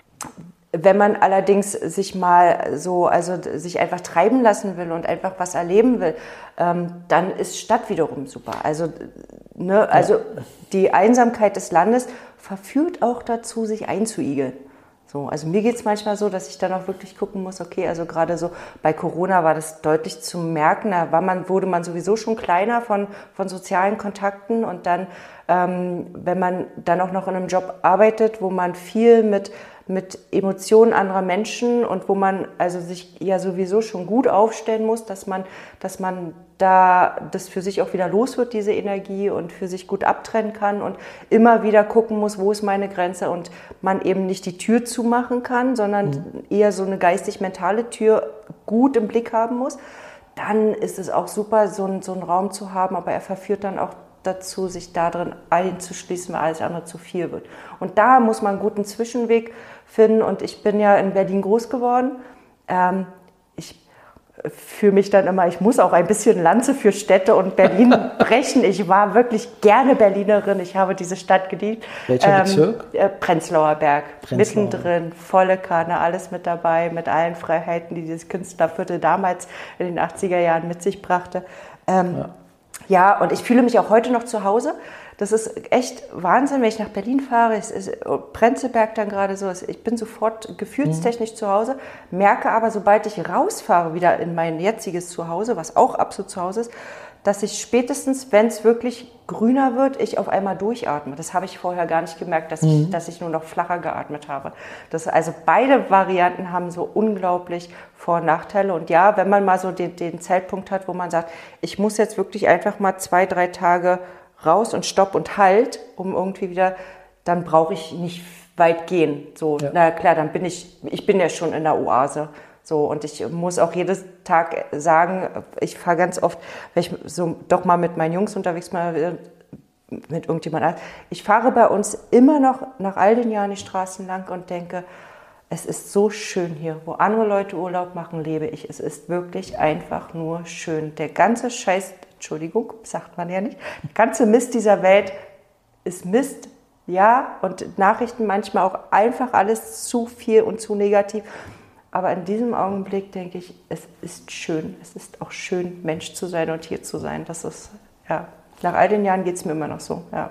Wenn man allerdings sich mal so, also sich einfach treiben lassen will und einfach was erleben will, ähm, dann ist Stadt wiederum super. Also, ne, also ja. die Einsamkeit des Landes verführt auch dazu, sich einzuigeln. So, also mir geht es manchmal so, dass ich dann auch wirklich gucken muss, okay, also gerade so bei Corona war das deutlich zu merken, da war man, wurde man sowieso schon kleiner von, von sozialen Kontakten und dann, ähm, wenn man dann auch noch in einem Job arbeitet, wo man viel mit mit Emotionen anderer Menschen und wo man also sich ja sowieso schon gut aufstellen muss, dass man, dass man da das für sich auch wieder los wird, diese Energie und für sich gut abtrennen kann und immer wieder gucken muss, wo ist meine Grenze und man eben nicht die Tür zumachen kann, sondern mhm. eher so eine geistig-mentale Tür gut im Blick haben muss, dann ist es auch super, so einen, so einen Raum zu haben, aber er verführt dann auch dazu, sich da drin einzuschließen, weil alles andere zu viel wird. Und da muss man einen guten Zwischenweg finden. Und ich bin ja in Berlin groß geworden. Ähm, ich fühle mich dann immer, ich muss auch ein bisschen Lanze für Städte und Berlin brechen. Ich war wirklich gerne Berlinerin. Ich habe diese Stadt geliebt. Welcher ähm, Bezirk? Äh, Prenzlauer Berg. Prenzlauer. Mittendrin, volle Kanne, alles mit dabei, mit allen Freiheiten, die dieses Künstlerviertel damals in den achtziger Jahren mit sich brachte. Ähm, ja. Ja, und ich fühle mich auch heute noch zu Hause. Das ist echt Wahnsinn, wenn ich nach Berlin fahre. Es ist Prenzlberg dann gerade so. Ich bin sofort gefühlstechnisch mhm. zu Hause, merke aber, sobald ich rausfahre, wieder in mein jetziges Zuhause, was auch absolut zu Hause ist, dass ich spätestens, wenn es wirklich grüner wird, ich auf einmal durchatme. Das habe ich vorher gar nicht gemerkt, dass, mhm. ich, dass ich nur noch flacher geatmet habe. Das, also beide Varianten haben so unglaublich Vor- und Nachteile. Und ja, wenn man mal so den, den Zeitpunkt hat, wo man sagt, ich muss jetzt wirklich einfach mal zwei, drei Tage raus und Stopp und Halt, um irgendwie wieder, dann brauche ich nicht weit gehen. So, ja. Na klar, dann bin ich, ich bin ja schon in der Oase. So, und ich muss auch jeden Tag sagen, ich fahre ganz oft, wenn ich so doch mal mit meinen Jungs unterwegs mal mit irgendjemand, ich fahre bei uns immer noch nach all den Jahren die Straßen lang und denke, es ist so schön hier, wo andere Leute Urlaub machen, lebe ich. Es ist wirklich einfach nur schön. Der ganze Scheiß, Entschuldigung, sagt man ja nicht, der ganze Mist dieser Welt ist Mist, ja, und Nachrichten manchmal auch einfach alles zu viel und zu negativ. Aber in diesem Augenblick denke ich, es ist schön. Es ist auch schön, Mensch zu sein und hier zu sein. Das ist, ja, nach all den Jahren geht es mir immer noch so, ja.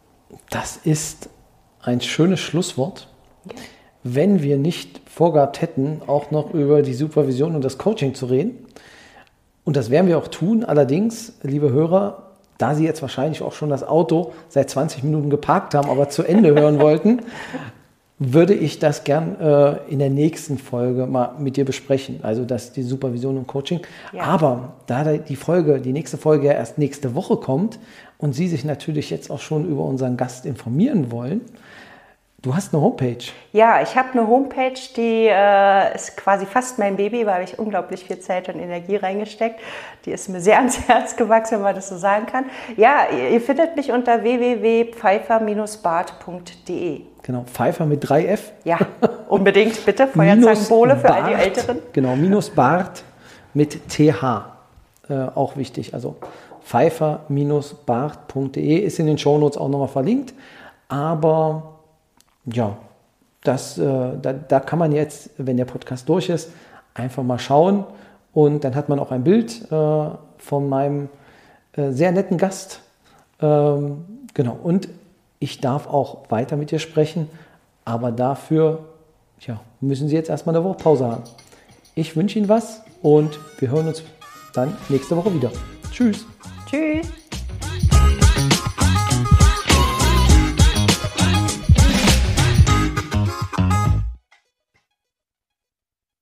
Das ist ein schönes Schlusswort. Ja. Wenn wir nicht vorgehabt hätten, auch noch über die Supervision und das Coaching zu reden. Und das werden wir auch tun. Allerdings, liebe Hörer, da Sie jetzt wahrscheinlich auch schon das Auto seit zwanzig Minuten geparkt haben, aber zu Ende hören wollten, würde ich das gern äh, in der nächsten Folge mal mit dir besprechen. Also das, die Supervision und Coaching. Ja. Aber da die Folge, die nächste Folge ja erst nächste Woche kommt und Sie sich natürlich jetzt auch schon über unseren Gast informieren wollen, du hast eine Homepage. Ja, ich habe eine Homepage, die äh, ist quasi fast mein Baby, weil ich unglaublich viel Zeit und Energie reingesteckt. Die ist mir sehr ans Herz gewachsen, wenn man das so sagen kann. Ja, ihr, ihr findet mich unter w w w punkt pfeiffer Bindestrich bart punkt d e. Genau, Pfeiffer mit drei F. Ja, unbedingt, bitte. Feuerzangenbowle für all die Älteren. Genau, minus Bart mit T H. Äh, auch wichtig. Also pfeiffer Bindestrich bart punkt d e ist in den Shownotes auch nochmal verlinkt. Aber ja, das, äh, da, da kann man jetzt, wenn der Podcast durch ist, einfach mal schauen und dann hat man auch ein Bild äh, von meinem äh, sehr netten Gast. Ähm, genau, und ich darf auch weiter mit dir sprechen, aber dafür tja, müssen Sie jetzt erstmal eine Woche Pause haben. Ich wünsche Ihnen was und wir hören uns dann nächste Woche wieder. Tschüss. Tschüss.